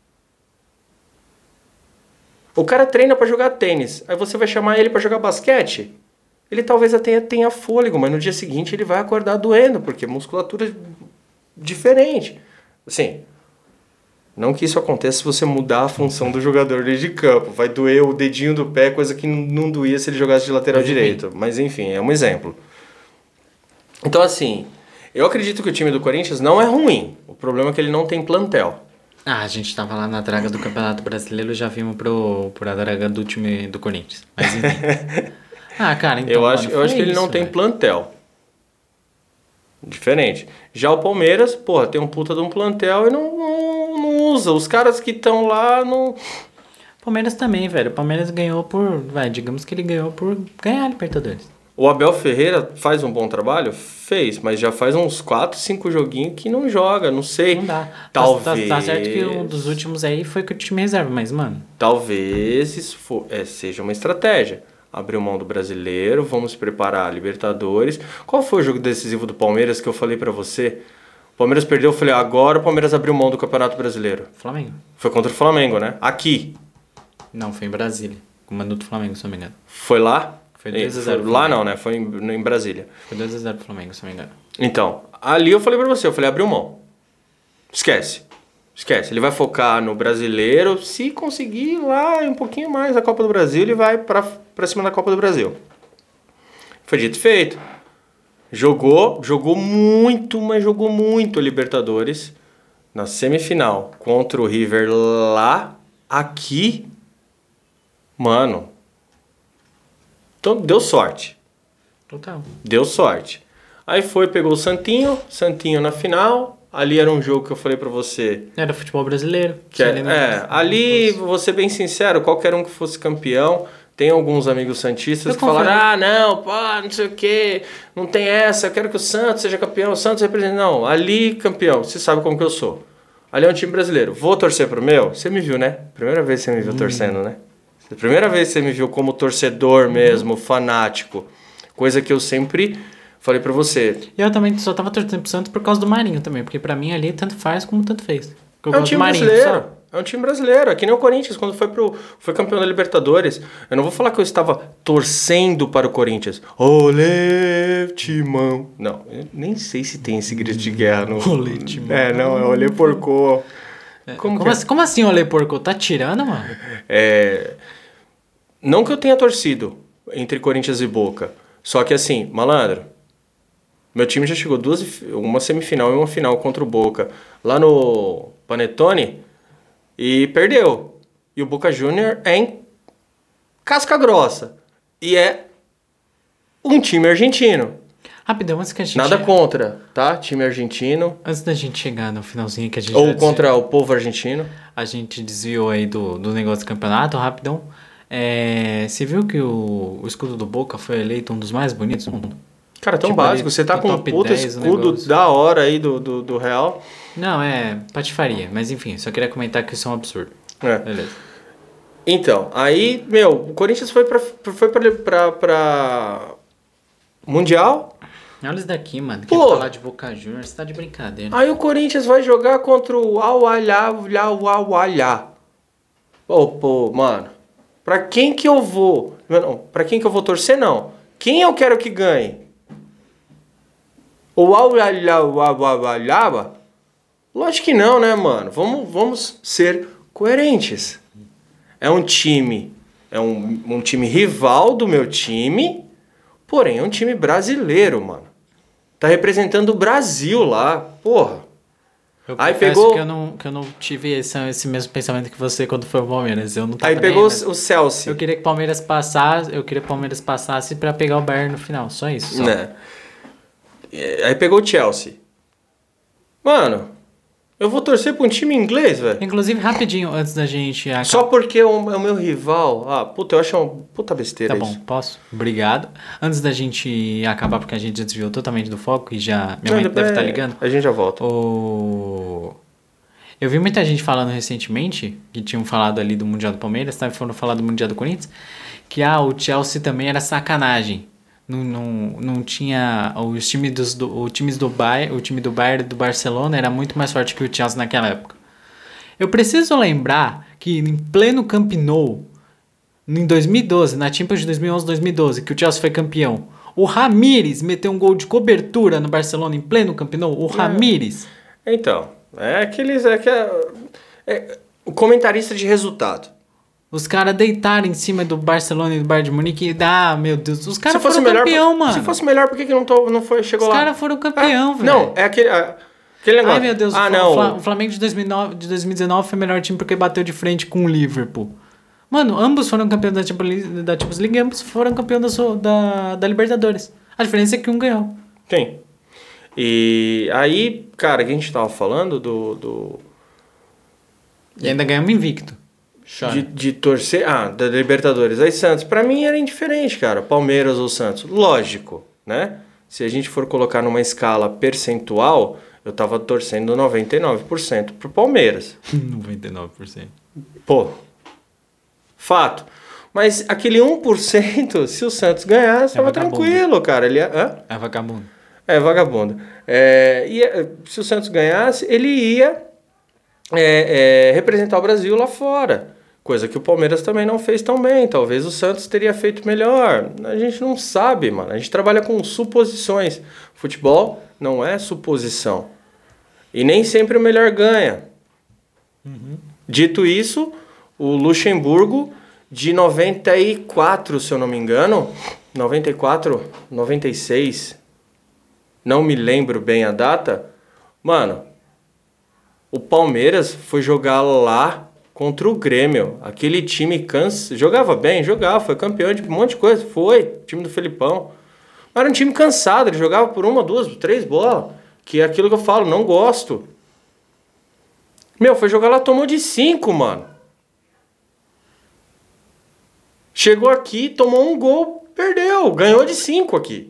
O cara treina para jogar tênis, aí você vai chamar ele para jogar basquete? Ele talvez até tenha fôlego, mas no dia seguinte ele vai acordar doendo, porque a musculatura diferente. Assim, não que isso aconteça se você mudar a função do jogador dentro de campo. Vai doer o dedinho do pé, coisa que não doía se ele jogasse de lateral direito. Mas enfim, é um exemplo. Então assim, eu acredito que o time do Corinthians não é ruim. O problema é que ele não tem plantel. A gente tava lá na draga do Campeonato Brasileiro, já vimos pra draga do time do Corinthians. Mas enfim. Cara, então, eu acho que ele não tem plantel. Diferente. Já o Palmeiras, porra, tem um puta de um plantel e não usa. Os caras que estão lá não... Palmeiras também, velho. O Palmeiras ganhou por... digamos que ele ganhou por ganhar a Libertadores. O Abel Ferreira faz um bom trabalho? Fez, mas já faz uns 4, 5 joguinhos que não joga, não sei. Não dá. Talvez... Tá certo que um dos últimos aí foi com o time reserva, mas, mano... Talvez isso seja uma estratégia. Abriu mão do Brasileiro, vamos preparar a Libertadores. Qual foi o jogo decisivo do Palmeiras que eu falei pra você? O Palmeiras perdeu, eu falei, agora o Palmeiras abriu mão do Campeonato Brasileiro. Flamengo. Foi contra o Flamengo, né? Aqui. Não, foi em Brasília. Com o Manu do Flamengo, se não me engano. Foi lá? Foi 2x0. Lá não, né? Foi em Brasília. Foi 2x0 pro Flamengo, se não me engano. Então, ali eu falei pra você, eu falei, abriu mão. Esquece. Ele vai focar no Brasileiro, se conseguir lá um pouquinho mais a Copa do Brasil, ele vai pra cima da Copa do Brasil. Foi dito e feito. Jogou muito, mas jogou muito a Libertadores. Na semifinal, contra o River lá, aqui, mano... Então, deu sorte. Total. Deu sorte. Aí pegou o Santinho na final. Ali era um jogo que eu falei pra você. Era futebol brasileiro. Ali, vou ser bem sincero, qualquer um que fosse campeão, tem alguns amigos santistas que falaram, não sei o quê, não tem essa, eu quero que o Santos seja campeão, o Santos representa. Não, ali campeão, você sabe como que eu sou. Ali é um time brasileiro. Vou torcer pro meu? Você me viu, né? Primeira vez que você me viu torcendo, né? Primeira vez que você me viu como torcedor mesmo, fanático. Coisa que eu sempre falei pra você. Eu também só tava torcendo pro Santos por causa do Marinho também. Porque pra mim ali tanto faz como tanto fez. É um time brasileiro. É um time brasileiro. É que nem o Corinthians quando foi campeão da Libertadores. Eu não vou falar que eu estava torcendo para o Corinthians. Olê, timão. Não, eu nem sei se tem esse grito de guerra no... Olê, timão. Não, é olê porco. Como assim olê porco? Tá tirando, mano? Não que eu tenha torcido entre Corinthians e Boca. Só que assim, malandro, meu time já chegou uma semifinal e uma final contra o Boca lá no Panetone e perdeu. E o Boca Júnior é em casca grossa. E é um time argentino. Rapidão, antes que a gente... Nada contra, tá? Time argentino. Antes da gente chegar no finalzinho que a gente... Ou contra o povo argentino. A gente desviou aí do negócio do campeonato, rapidão. Você viu que o escudo do Boca foi eleito um dos mais bonitos do mundo? Cara, tão básico. Você tá com um puta escudo da hora aí do Real. Não, é patifaria. Mas enfim, só queria comentar que isso é um absurdo. Beleza. Então, aí, o Corinthians foi pra Mundial. Olha isso daqui, mano. Quer falar de Boca Juniors? Você tá de brincadeira. Aí o Corinthians vai jogar contra o Al-Alá. Pô, mano. Pra quem que eu vou... Não, pra quem que eu vou torcer, não. Quem eu quero que ganhe? O Al-Alá? Lógico que não, né, mano? Vamos ser coerentes. É um time... É um time rival do meu time... Porém, é um time brasileiro, mano. Tá representando o Brasil lá, porra. Aí pegou que eu não tive esse mesmo pensamento que você quando foi o Palmeiras. Eu não tava aí pegou o Chelsea. Eu queria que o Palmeiras passasse pra pegar o Bayern no final, só isso. Né? Aí pegou o Chelsea. Mano, eu vou torcer pra um time inglês, velho. Inclusive, rapidinho, antes da gente... Só porque é o meu rival. Eu acho uma puta besteira isso. Tá bom, posso? Obrigado. Antes da gente acabar, porque a gente desviou totalmente do foco e já... Minha mãe deve estar ligando. A gente já volta. Eu vi muita gente falando recentemente, que tinham falado ali do Mundial do Palmeiras, foram falar do Mundial do Corinthians, que o Chelsea também era sacanagem. Não tinha... O time do Bayern e do Barcelona era muito mais forte que o Chelsea naquela época. Eu preciso lembrar que em pleno Camp Nou, em 2012, na Champions de 2011-2012, que o Chelsea foi campeão, o Ramires meteu um gol de cobertura no Barcelona em pleno Camp Nou. O Ramires. Então, é aqueles... o comentarista de resultado. Os caras deitaram em cima do Barcelona e do Bayern de Munique. Meu Deus. Os caras foram melhor, campeão, mano. Se fosse melhor, por que chegou lá? Os caras foram campeão, velho. Não, é aquele negócio. Ai, meu Deus. Não. O Flamengo de 2019 foi o melhor time porque bateu de frente com o Liverpool. Mano, ambos foram campeões da Champions League e ambos foram campeões da Libertadores. A diferença é que um ganhou. Sim. E aí, cara, que a gente tava falando E ainda ganhamos invicto. De torcer... da Libertadores. Aí Santos, pra mim era indiferente, cara. Palmeiras ou Santos. Lógico, né? Se a gente for colocar numa escala percentual, eu tava torcendo 99% pro Palmeiras. 99%. Pô, fato. Mas aquele 1%, se o Santos ganhasse, tava tranquilo, cara. Ele É vagabundo. É vagabundo. Se o Santos ganhasse, ele ia representar o Brasil lá fora. Coisa que o Palmeiras também não fez tão bem. Talvez o Santos teria feito melhor. A gente não sabe, mano. A gente trabalha com suposições. Futebol não é suposição. E nem sempre o melhor ganha. Uhum. Dito isso, o Luxemburgo, de 94, se eu não me engano, 94, 96, não me lembro bem a data, mano, o Palmeiras foi jogar lá contra o Grêmio. Aquele time jogava bem, foi campeão de um monte de coisa, time do Felipão. Mas era um time cansado, ele jogava por 1, 2, 3 bolas, que é aquilo que eu falo, não gosto. Foi jogar lá, tomou de 5, mano. Chegou aqui, tomou um gol, perdeu, ganhou de 5 aqui.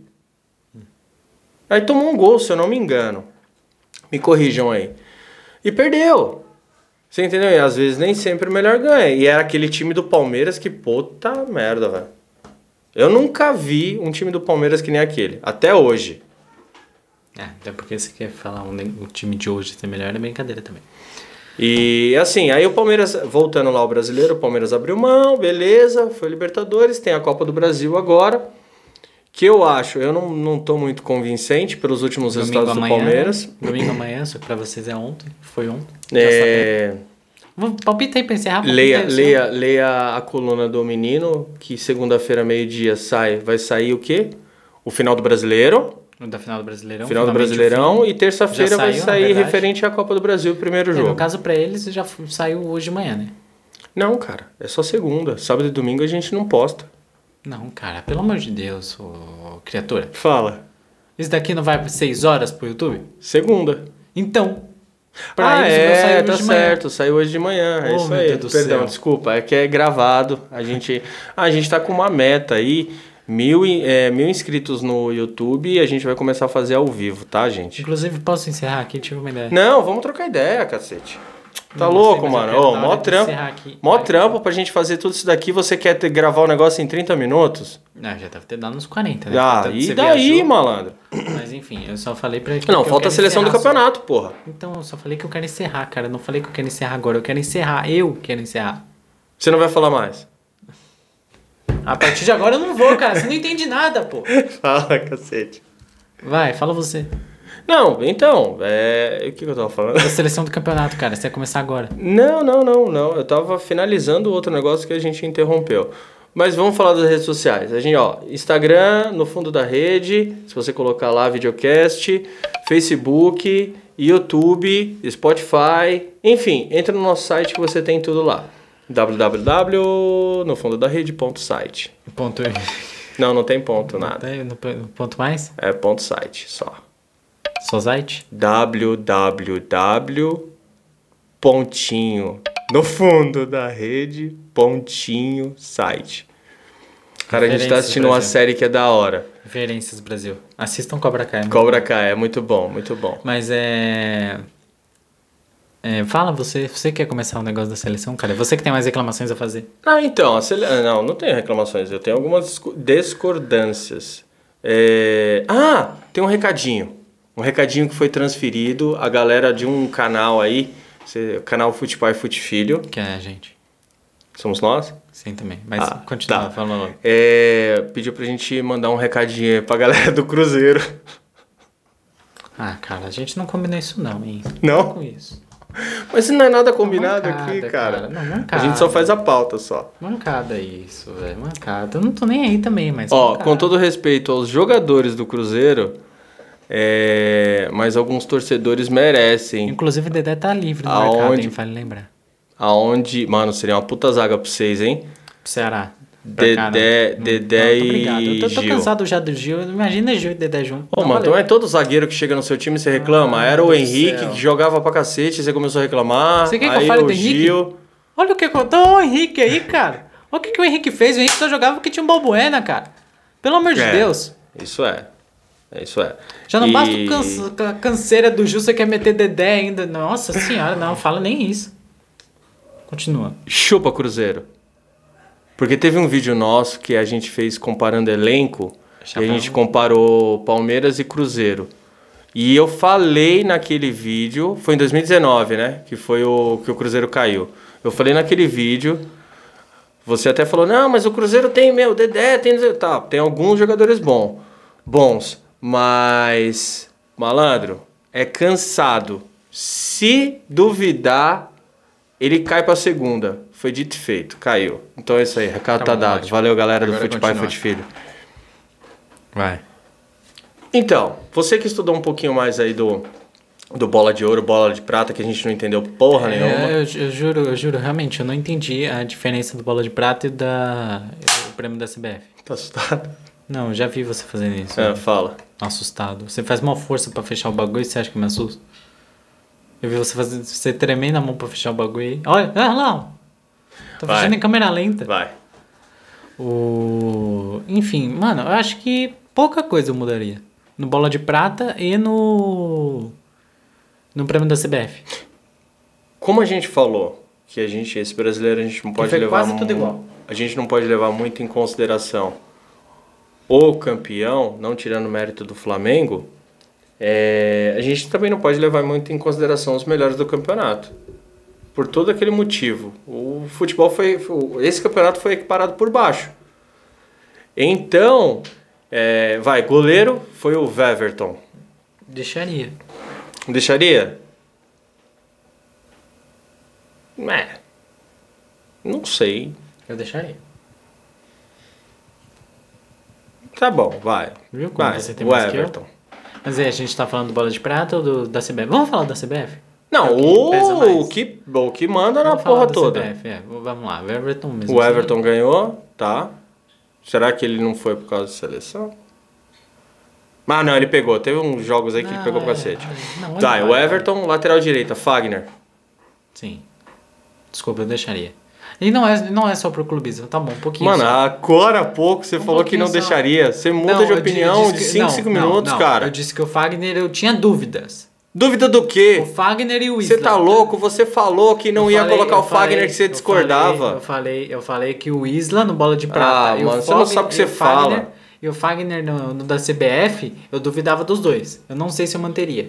Aí tomou um gol, se eu não me engano. Me corrijam aí. E perdeu. Você entendeu? E às vezes nem sempre o melhor ganha. E era aquele time do Palmeiras que, puta merda, velho. Eu nunca vi um time do Palmeiras que nem aquele. Até hoje. Até porque você quer falar o time de hoje ser melhor é brincadeira também. E assim, aí o Palmeiras, voltando lá ao brasileiro, o Palmeiras abriu mão, beleza, foi Libertadores, tem a Copa do Brasil agora. Que eu não tô muito convincente pelos últimos resultados do Palmeiras. Domingo amanhã, só que pra vocês é ontem. Foi ontem. Palpita aí pra encerrar. Leia a coluna do menino, que segunda-feira, meio-dia, vai sair o quê? O final do Brasileiro. Da final do Brasileirão. Final do Brasileirão. E terça-feira vai sair referente à Copa do Brasil, o primeiro jogo. No caso, pra eles, já saiu hoje de manhã, né? Não, cara. É só segunda. Sábado e domingo a gente não posta. Não, cara, pelo amor de Deus, ô criatura. Fala. Isso daqui não vai 6 horas pro YouTube? Segunda. Então. Pra eles saiu hoje de certo, saiu hoje de manhã. É isso aí. Perdão, desculpa, é que é gravado. A gente tá com uma meta aí, 1.000 inscritos no YouTube e a gente vai começar a fazer ao vivo, tá, gente? Inclusive, posso encerrar aqui? Tive uma ideia. Não, vamos trocar ideia, cacete. Tá louco, mano? Mó trampo pra gente fazer tudo isso daqui. Você quer gravar o negócio em 30 minutos? Já deve ter dado uns 40, né? E daí, viajou, malandro? Mas enfim, eu só falei pra... Não, falta a seleção do campeonato, porra. Então, eu só falei que eu quero encerrar, cara. Eu não falei que eu quero encerrar agora. Eu quero encerrar. Você não vai falar mais? A partir de agora eu não vou, cara. Você não entende nada, pô. Fala, cacete. Vai, fala você. Não, então, o que eu tava falando? Da seleção do campeonato, cara, você vai começar agora. Não, eu tava finalizando outro negócio que a gente interrompeu. Mas vamos falar das redes sociais. A gente, Instagram, no fundo da rede, se você colocar lá videocast, Facebook, YouTube, Spotify, enfim, entra no nosso site que você tem tudo lá. www.nofundodarede.site. Ponto. Não tem ponto, nada. Ponto mais? É ponto site, só. Só site? www. Pontinho. No fundo da rede, pontinho, site. Cara, a gente tá assistindo uma série que é da hora. Referências Brasil. Assistam Cobra Kai. Cobra Kai, é muito bom, muito bom. Mas fala, você quer começar o negócio da seleção, cara? Você que tem mais reclamações a fazer. Então, não tenho reclamações. Eu tenho algumas discordâncias. Tem um recadinho. Um recadinho que foi transferido. A galera de um canal aí, canal Fute Pai Fute Filho. Que é a gente. Somos nós? Sim, também. Mas continua, fala logo. Pediu pra gente mandar um recadinho pra galera do Cruzeiro. Ah, cara, a gente não combinou isso não, hein? Não? Com isso. Mas não é nada combinado Mancada, aqui, cara. Não, mancada. A gente só faz a pauta, só. Mancada isso, velho. Mancada. Eu não tô nem aí também, mas... Ó, mancada. com todo respeito aos jogadores do Cruzeiro, mas alguns torcedores merecem. Inclusive o Dedé tá livre no mercado, hein? Vale lembrar. Aonde... Mano, seria uma puta zaga pra vocês, hein? Pro Ceará. Dedé e Eu tô Gil. cansado já do Gil. Imagina Gil e Dedé junto. Pô, mano, então é todo zagueiro que chega no seu time e você reclama. Era o Henrique que jogava pra cacete, você começou a reclamar. Você quer que aí eu fale o do Henrique? Gil... Olha o que contou o Henrique aí, cara. Olha o que o Henrique fez. O Henrique só jogava porque tinha um Balbuena, cara. Pelo amor de Deus. Isso é. Isso é. Já não basta a canseira do Gil, você quer meter Dedé ainda. Nossa senhora, não fala nem isso. Continua. Chupa, Cruzeiro. Porque teve um vídeo nosso que a gente fez comparando elenco. E a gente comparou Palmeiras e Cruzeiro. E eu falei naquele vídeo... Foi em 2019, né? Que foi que o Cruzeiro caiu. Eu falei naquele vídeo... Você até falou... Não, mas o Cruzeiro tem, Dedé, tem... Tá, tem alguns jogadores bons. Mas... Malandro, é cansado. Se duvidar... Ele cai pra segunda. Foi dito e feito. Caiu. Então é isso aí. Recado tá dado. Ótimo. Valeu, galera do Futebol e Fute Filho. Vai. Então, você que estudou um pouquinho mais aí do Bola de Ouro, Bola de Prata, que a gente não entendeu porra nenhuma. Eu juro, realmente, eu não entendi a diferença do Bola de Prata e o prêmio da CBF. Tá assustado? Não, já vi você fazendo isso. Fala. Assustado. Você faz uma força pra fechar o bagulho e você acha que me assusta? Eu vi você tremendo a mão pra fechar o bagulho aí. Olha lá. Tô fechando em câmera lenta. Vai. Enfim, mano, eu acho que pouca coisa eu mudaria. No Bola de Prata e no prêmio da CBF. Como a gente falou que esse brasileiro a gente não pode levar quase tudo igual. A gente não pode levar muito em consideração o campeão, não tirando o mérito do Flamengo. A gente também não pode levar muito em consideração os melhores do campeonato. Por todo aquele motivo. O futebol esse campeonato foi equiparado por baixo. Então, goleiro foi o Weverton. Deixaria? Não sei. Eu deixaria. Tá bom, vai. Viu como você tem mais que eu? Mas a gente tá falando do Bola de Prata ou da CBF? Vamos falar da CBF? Não, o que manda na porra toda. CBF, vamos lá, o Everton mesmo. O Everton ganhou, tá. Será que ele não foi por causa da seleção? Mas não, ele pegou. Teve uns jogos aí que ele pegou o cacete. Tá, o Everton, lateral direita, Fagner. Sim. Desculpa, eu deixaria. E não é só pro clubismo, tá bom, um pouquinho. Mano, só. Agora há pouco você falou que não deixaria. Você muda de opinião de 5 minutos, cara. Eu disse que o Fagner eu tinha dúvidas. Dúvida do quê? O Fagner e o Isla. Você tá louco? Você falou que não ia colocar o Fagner, que você discordava. Eu falei que o Isla no Bola de Prata. Mano, você não sabe o que você fala. E o Fagner no da CBF, eu duvidava dos dois. Eu não sei se eu manteria.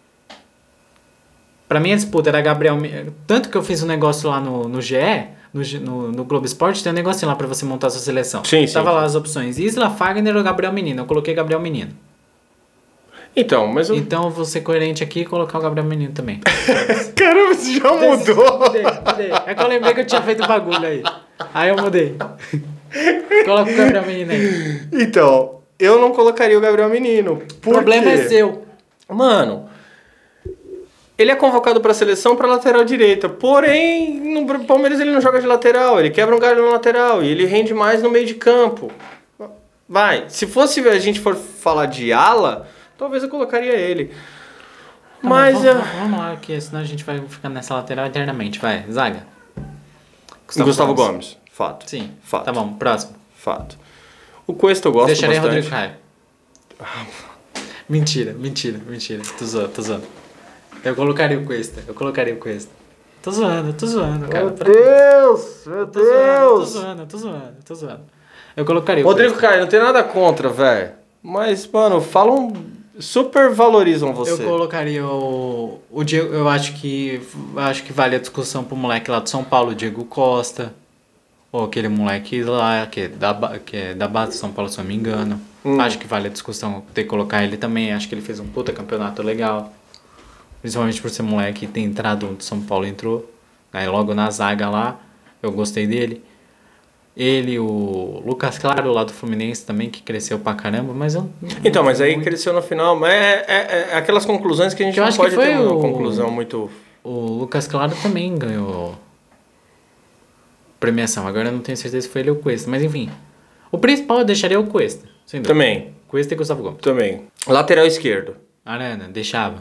Pra mim a disputa era Gabriel... Tanto que eu fiz um negócio lá no GE, no Globo Esporte, tem um negocinho lá pra você montar a sua seleção. Sim. Tava lá as opções. Isla, Fagner ou Gabriel Menino. Eu coloquei Gabriel Menino. Então, Então eu vou ser coerente aqui e colocar o Gabriel Menino também. Caramba, você já mudou. Mudei. É que eu lembrei que eu tinha feito bagulho aí. Aí eu mudei. Coloca o Gabriel Menino aí. Então, eu não colocaria o Gabriel Menino. O problema é seu. Mano, ele é convocado pra seleção pra lateral direita. Porém, no Palmeiras ele não joga de lateral. Ele quebra um galho no lateral. E ele rende mais no meio de campo. Vai, se a gente for falar de ala... Talvez eu colocaria ele. Mas... Vamos lá, que senão a gente vai ficar nessa lateral eternamente. Vai, zaga. Gustavo Gomes. Fato. Sim. Fato. Tá bom, próximo. Fato. O Cuesta eu gosto Deixaria bastante. Rodrigo Caio. Mentira. Tô zoando. Eu colocaria o Cuesta. Tô zoando, cara. Meu Deus! Tô zoando. Eu colocaria o Rodrigo Caio, não tem nada contra, velho. Mas, mano, super valorizam você. Eu colocaria o Diego. Eu acho que vale a discussão pro moleque lá do São Paulo, o Diego Costa. Ou aquele moleque lá que é da base do São Paulo, se eu não me engano. Acho que vale a discussão ter que colocar ele também. Acho que ele fez um puta campeonato legal. Principalmente por ser moleque e ter entrado onde São Paulo entrou. Aí logo na zaga lá, eu gostei dele. Ele, o Lucas Claro lá do Fluminense também, que cresceu pra caramba, mas eu... Então, mas aí cresceu no final. Mas é aquelas conclusões que a gente não pode ter uma conclusão muito... O Lucas Claro também ganhou premiação. Agora eu não tenho certeza se foi ele ou o Cuesta. Mas enfim, o principal eu deixaria o Cuesta. Sem dúvida. Também. Cuesta e Gustavo Gomes. Também. Lateral esquerdo. Arana, deixava.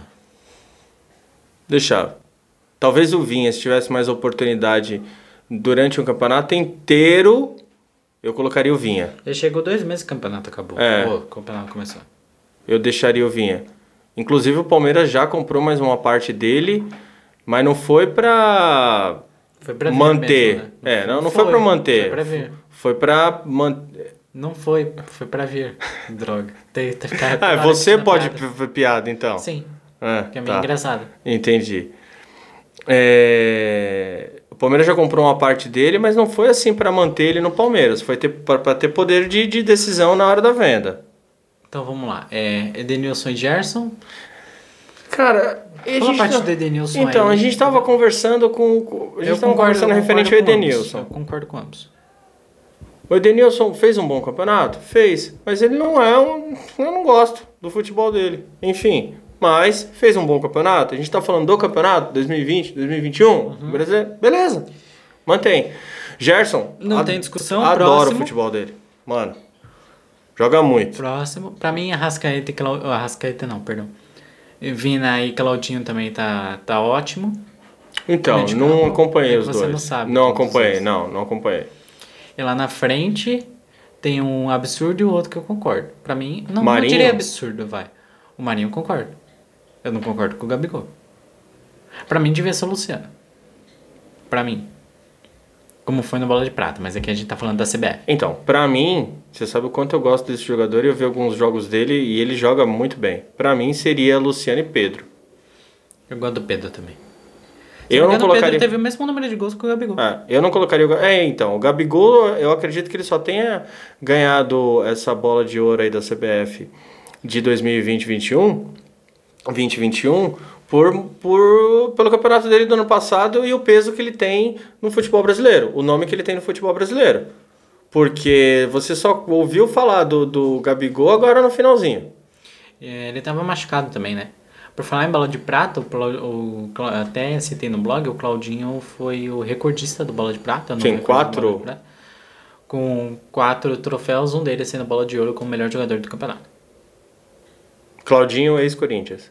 Talvez o Vinha, se tivesse mais oportunidade durante um campeonato inteiro, eu colocaria o Vinha. Ele chegou 2 meses que o campeonato acabou. O campeonato começou. Eu deixaria o Vinha. Inclusive o Palmeiras já comprou mais uma parte dele, mas não foi pra manter. Mesmo, né? Não foi pra manter. Foi pra vir. Foi pra manter. Não foi pra vir. Droga. Você pode ver piada, então? Sim. Que é meio engraçado. Entendi. O Palmeiras já comprou uma parte dele, mas não foi assim pra manter ele no Palmeiras. Foi pra ter poder de decisão na hora da venda. Então vamos lá. Edenilson e Gerson. Cara, a parte do Edenilson. Então, a gente tava conversando com. A gente tava conversando referente ao Edenilson. Eu concordo com ambos. O Edenilson fez um bom campeonato? Fez. Mas ele não é um... Eu não gosto do futebol dele. Enfim. Mas fez um bom campeonato. A gente tá falando do campeonato 2020, 2021. Beleza. Mantém. Gerson. Não tem discussão. Adoro o futebol dele. Mano. Joga muito. Próximo. Pra mim, Arrascaeta e Claudinho... Arrascaeta não, perdão. Vina e Claudinho também tá ótimo. Então, não acompanhei os dois. Você não sabe. Não acompanhei, não acompanhei. E lá na frente tem um absurdo e o outro que eu concordo. Pra mim, não diria absurdo, vai. O Marinho eu concordo. Eu não concordo com o Gabigol. Pra mim devia ser o Luciano. Pra mim. Como foi no Bola de Prata, mas aqui a gente tá falando da CBF. Então, pra mim, você sabe o quanto eu gosto desse jogador e eu vi alguns jogos dele e ele joga muito bem. Pra mim seria Luciano e Pedro. Eu gosto do Pedro também. Eu não colocaria... O Pedro teve o mesmo número de gols que o Gabigol. Eu não colocaria o... então, o Gabigol, eu acredito que ele só tenha ganhado essa bola de ouro aí da CBF de 2020-21 pelo campeonato dele do ano passado e o peso que ele tem no futebol brasileiro, o nome que ele tem no futebol brasileiro. Porque você só ouviu falar do Gabigol agora no finalzinho. Ele tava machucado também, né? Por falar em Bola de Prata, até citei no blog, o Claudinho foi o recordista do Bola de Prata. Sim, 4. Com 4 troféus, um deles sendo Bola de Ouro como melhor jogador do campeonato. Claudinho, ex-Corinthians.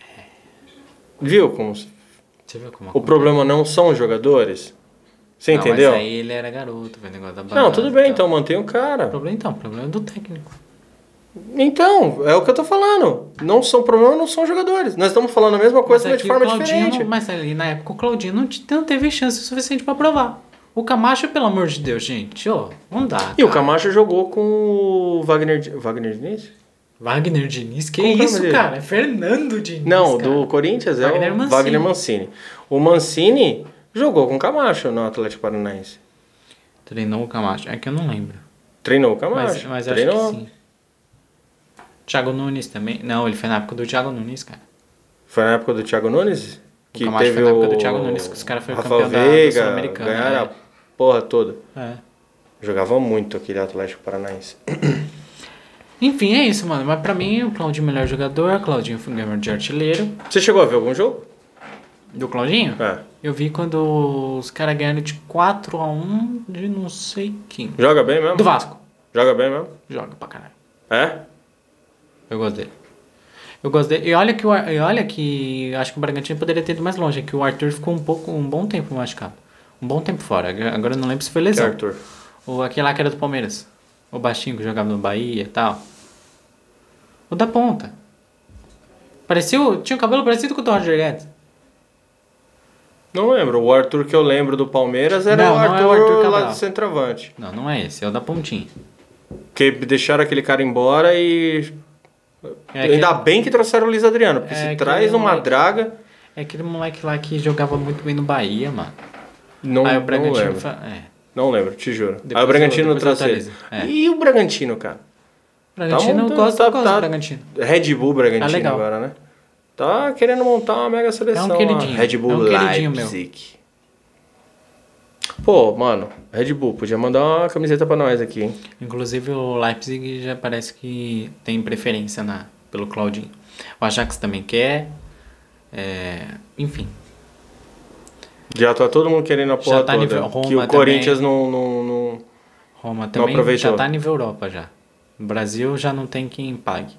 Viu como... Você viu como o problema não são os jogadores? Você entendeu? Mas aí ele era garoto, velho, negócio da base. Não, tudo bem, então mantém o cara. O problema é do técnico. Então, é o que eu tô falando. O problema não são jogadores. Nós estamos falando a mesma coisa, mas de forma diferente. Mas ali na época o Claudinho não teve chance suficiente pra provar. O Camacho, pelo amor de Deus, gente, não dá. Cara. E o Camacho jogou com o Wagner Diniz? Wagner Diniz? Que isso, cara? É Fernando Diniz. Não, cara. Do Corinthians Wagner o Wagner Mancini. O Mancini jogou com o Camacho no Atlético Paranaense. Treinou o Camacho. É que eu não lembro. Treinou o Camacho. Mas acho que sim. Thiago Nunes também. Não, ele foi na época do Thiago Nunes, cara. Foi na época do Thiago Nunes? Que teve foi na época do Thiago Nunes, que os caras foram campeão da Sul-Americana. Ganharam a porra toda. É. Jogava muito aquele Atlético Paranaense. Enfim, é isso, mano. Mas pra mim, o Claudinho é o melhor jogador, o Claudinho foi gamer de artilheiro. Você chegou a ver algum jogo? Do Claudinho? É. Eu vi quando os caras ganharam de 4-1 de não sei quem. Joga bem mesmo? Do Vasco. Joga bem mesmo? Joga pra caralho. É? Eu gosto dele. E olha que acho que o Bragantino poderia ter ido mais longe. É que o Arthur ficou um bom tempo machucado. Um bom tempo fora. Agora eu não lembro se foi lesão. Que Arthur? Aquele lá que era do Palmeiras. O baixinho que jogava no Bahia e tal. O da ponta. Tinha um cabelo parecido com o do Roger Guedes. Não lembro. O Arthur que eu lembro do Palmeiras era o Arthur lá do centroavante. Não é esse. É o da pontinha. Que deixaram aquele cara embora e... Ainda bem que trouxeram o Luiz Adriano, porque se traz uma draga... É aquele moleque lá que jogava muito bem no Bahia, mano. Não, aí o Bragantino não lembro, te juro. Depois aí o Bragantino trouxe ele. É. E o Bragantino, cara? Bragantino, eu gosto do Bragantino. Red Bull Bragantino legal. agora, né? Tá querendo montar uma mega seleção. É um queridinho. Red Bull Leipzig. Pô, mano, Red Bull, podia mandar uma camiseta pra nós aqui, hein? Inclusive o Leipzig já parece que tem preferência pelo Claudinho. O Ajax também quer. Enfim. Já tá todo mundo querendo a porra tá toda. Nível, Roma que o Corinthians não Roma também aproveitou. já tá nível Europa já. No Brasil já não tem quem pague.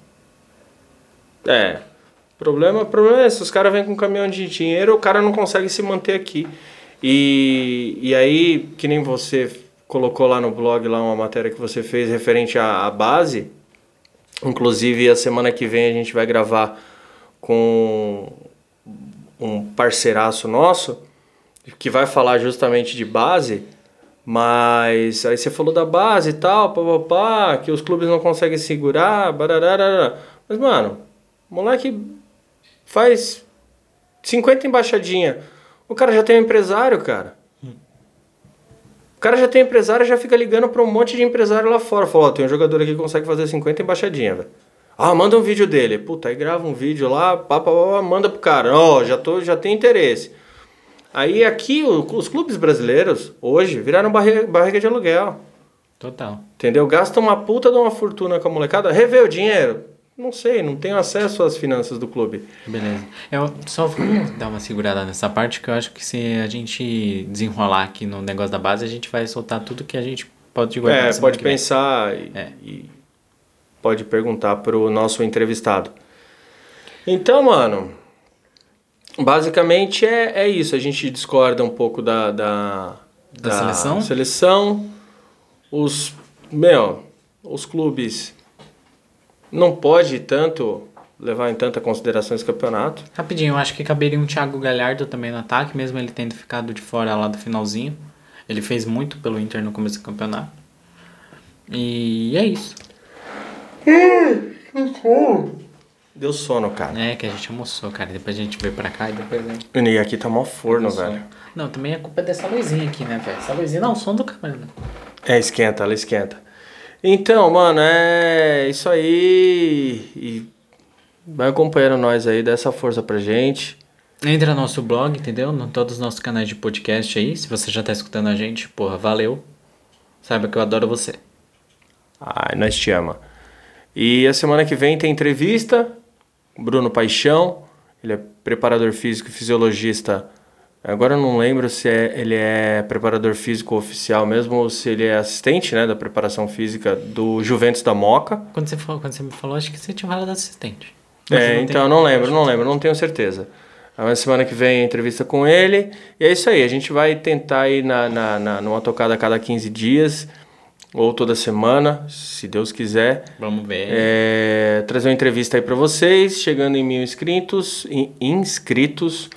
O problema é esse, os caras vêm com um caminhão de dinheiro, o cara não consegue se manter aqui. E aí, que nem você colocou lá no blog lá uma matéria que você fez referente à base, inclusive a semana que vem a gente vai gravar com um parceiraço nosso, que vai falar justamente de base, mas aí você falou da base e tal, papapá, que os clubes não conseguem segurar, bararara. Mas, mano, o moleque faz 50 embaixadinha. O cara já tem um empresário, cara. O cara já tem empresário e já fica ligando pra um monte de empresário lá fora. Fala, tem um jogador aqui que consegue fazer 50 embaixadinha, velho. Manda um vídeo dele. Puta, aí grava um vídeo lá, manda pro cara. Já tem interesse. Aí aqui, os clubes brasileiros, hoje, viraram barriga de aluguel. Total. Entendeu? Gastam uma puta de uma fortuna com a molecada. Revê o dinheiro. Não sei, não tenho acesso às finanças do clube. Beleza. Eu só vou dar uma segurada nessa parte, que eu acho que se a gente desenrolar aqui no negócio da base, a gente vai soltar tudo que a gente pode guardar. Pode pensar e pode perguntar pro nosso entrevistado. Então, mano, basicamente é isso. A gente discorda um pouco da seleção. Os clubes não pode tanto levar em tanta consideração esse campeonato. Rapidinho, eu acho que caberia um Thiago Galhardo também no ataque, mesmo ele tendo ficado de fora lá do finalzinho. Ele fez muito pelo Inter no começo do campeonato. E é isso. Deu sono, cara. Que a gente almoçou, cara. Depois a gente veio pra cá e depois... E aqui tá mó forno, velho. Não, também a culpa é dessa luzinha aqui, né, velho? Essa luzinha não, o som do câmera. Esquenta, ela esquenta. Então, mano, é isso aí. E vai acompanhando nós aí, dá essa força pra gente. Entra no nosso blog, entendeu? Em todos os nossos canais de podcast aí. Se você já tá escutando a gente, porra, valeu. Saiba que eu adoro você. Nós te ama. E a semana que vem tem entrevista. Bruno Paixão. Ele é preparador físico e fisiologista. Agora eu não lembro se ele é preparador físico oficial mesmo ou se ele é assistente, né, da preparação física do Juventus da Moca. Quando você me falou, acho que você tinha falado assistente. Então eu não lembro, não tenho certeza. A semana que vem entrevista com ele. E é isso aí, a gente vai tentar ir numa tocada a cada 15 dias ou toda semana, se Deus quiser. Vamos ver. Trazer uma entrevista aí pra vocês, chegando em 1.000 inscritos.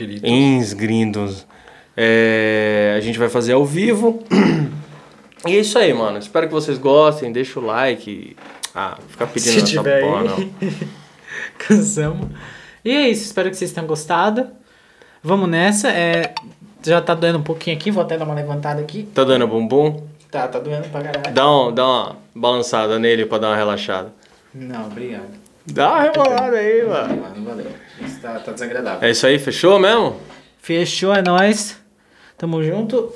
A gente vai fazer ao vivo. E é isso aí, mano. Espero que vocês gostem, deixa o like. Ficar pedindo essa porra, não. Cansamos. E é isso, espero que vocês tenham gostado. Vamos nessa. Já tá doendo um pouquinho aqui, vou até dar uma levantada aqui. Tá doendo bumbum? Tá doendo pra caralho. Dá uma balançada nele pra dar uma relaxada. Não, obrigado. Dá uma rebolada aí, mano. Mano, valeu. Isso tá desagradável. É isso aí, fechou mesmo? Fechou, é nóis. Tamo junto.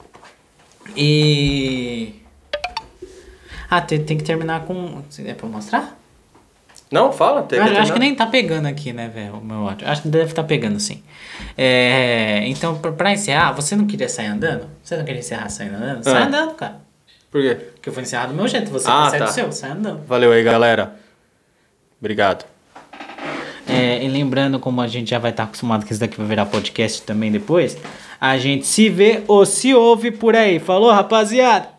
E... tem que terminar com... É pra mostrar? Não, fala. Acho que nem tá pegando aqui, né, velho, o meu áudio. Acho que deve tá pegando, sim. Então, pra encerrar, você não queria sair andando? Você não queria encerrar saindo andando? Sai andando, cara. Por quê? Porque eu vou encerrar do meu jeito. Você consegue o seu, sai andando. Valeu aí, galera. Obrigado. E lembrando, como a gente já vai estar acostumado que isso daqui vai virar podcast também depois, a gente se vê ou se ouve por aí. Falou, rapaziada?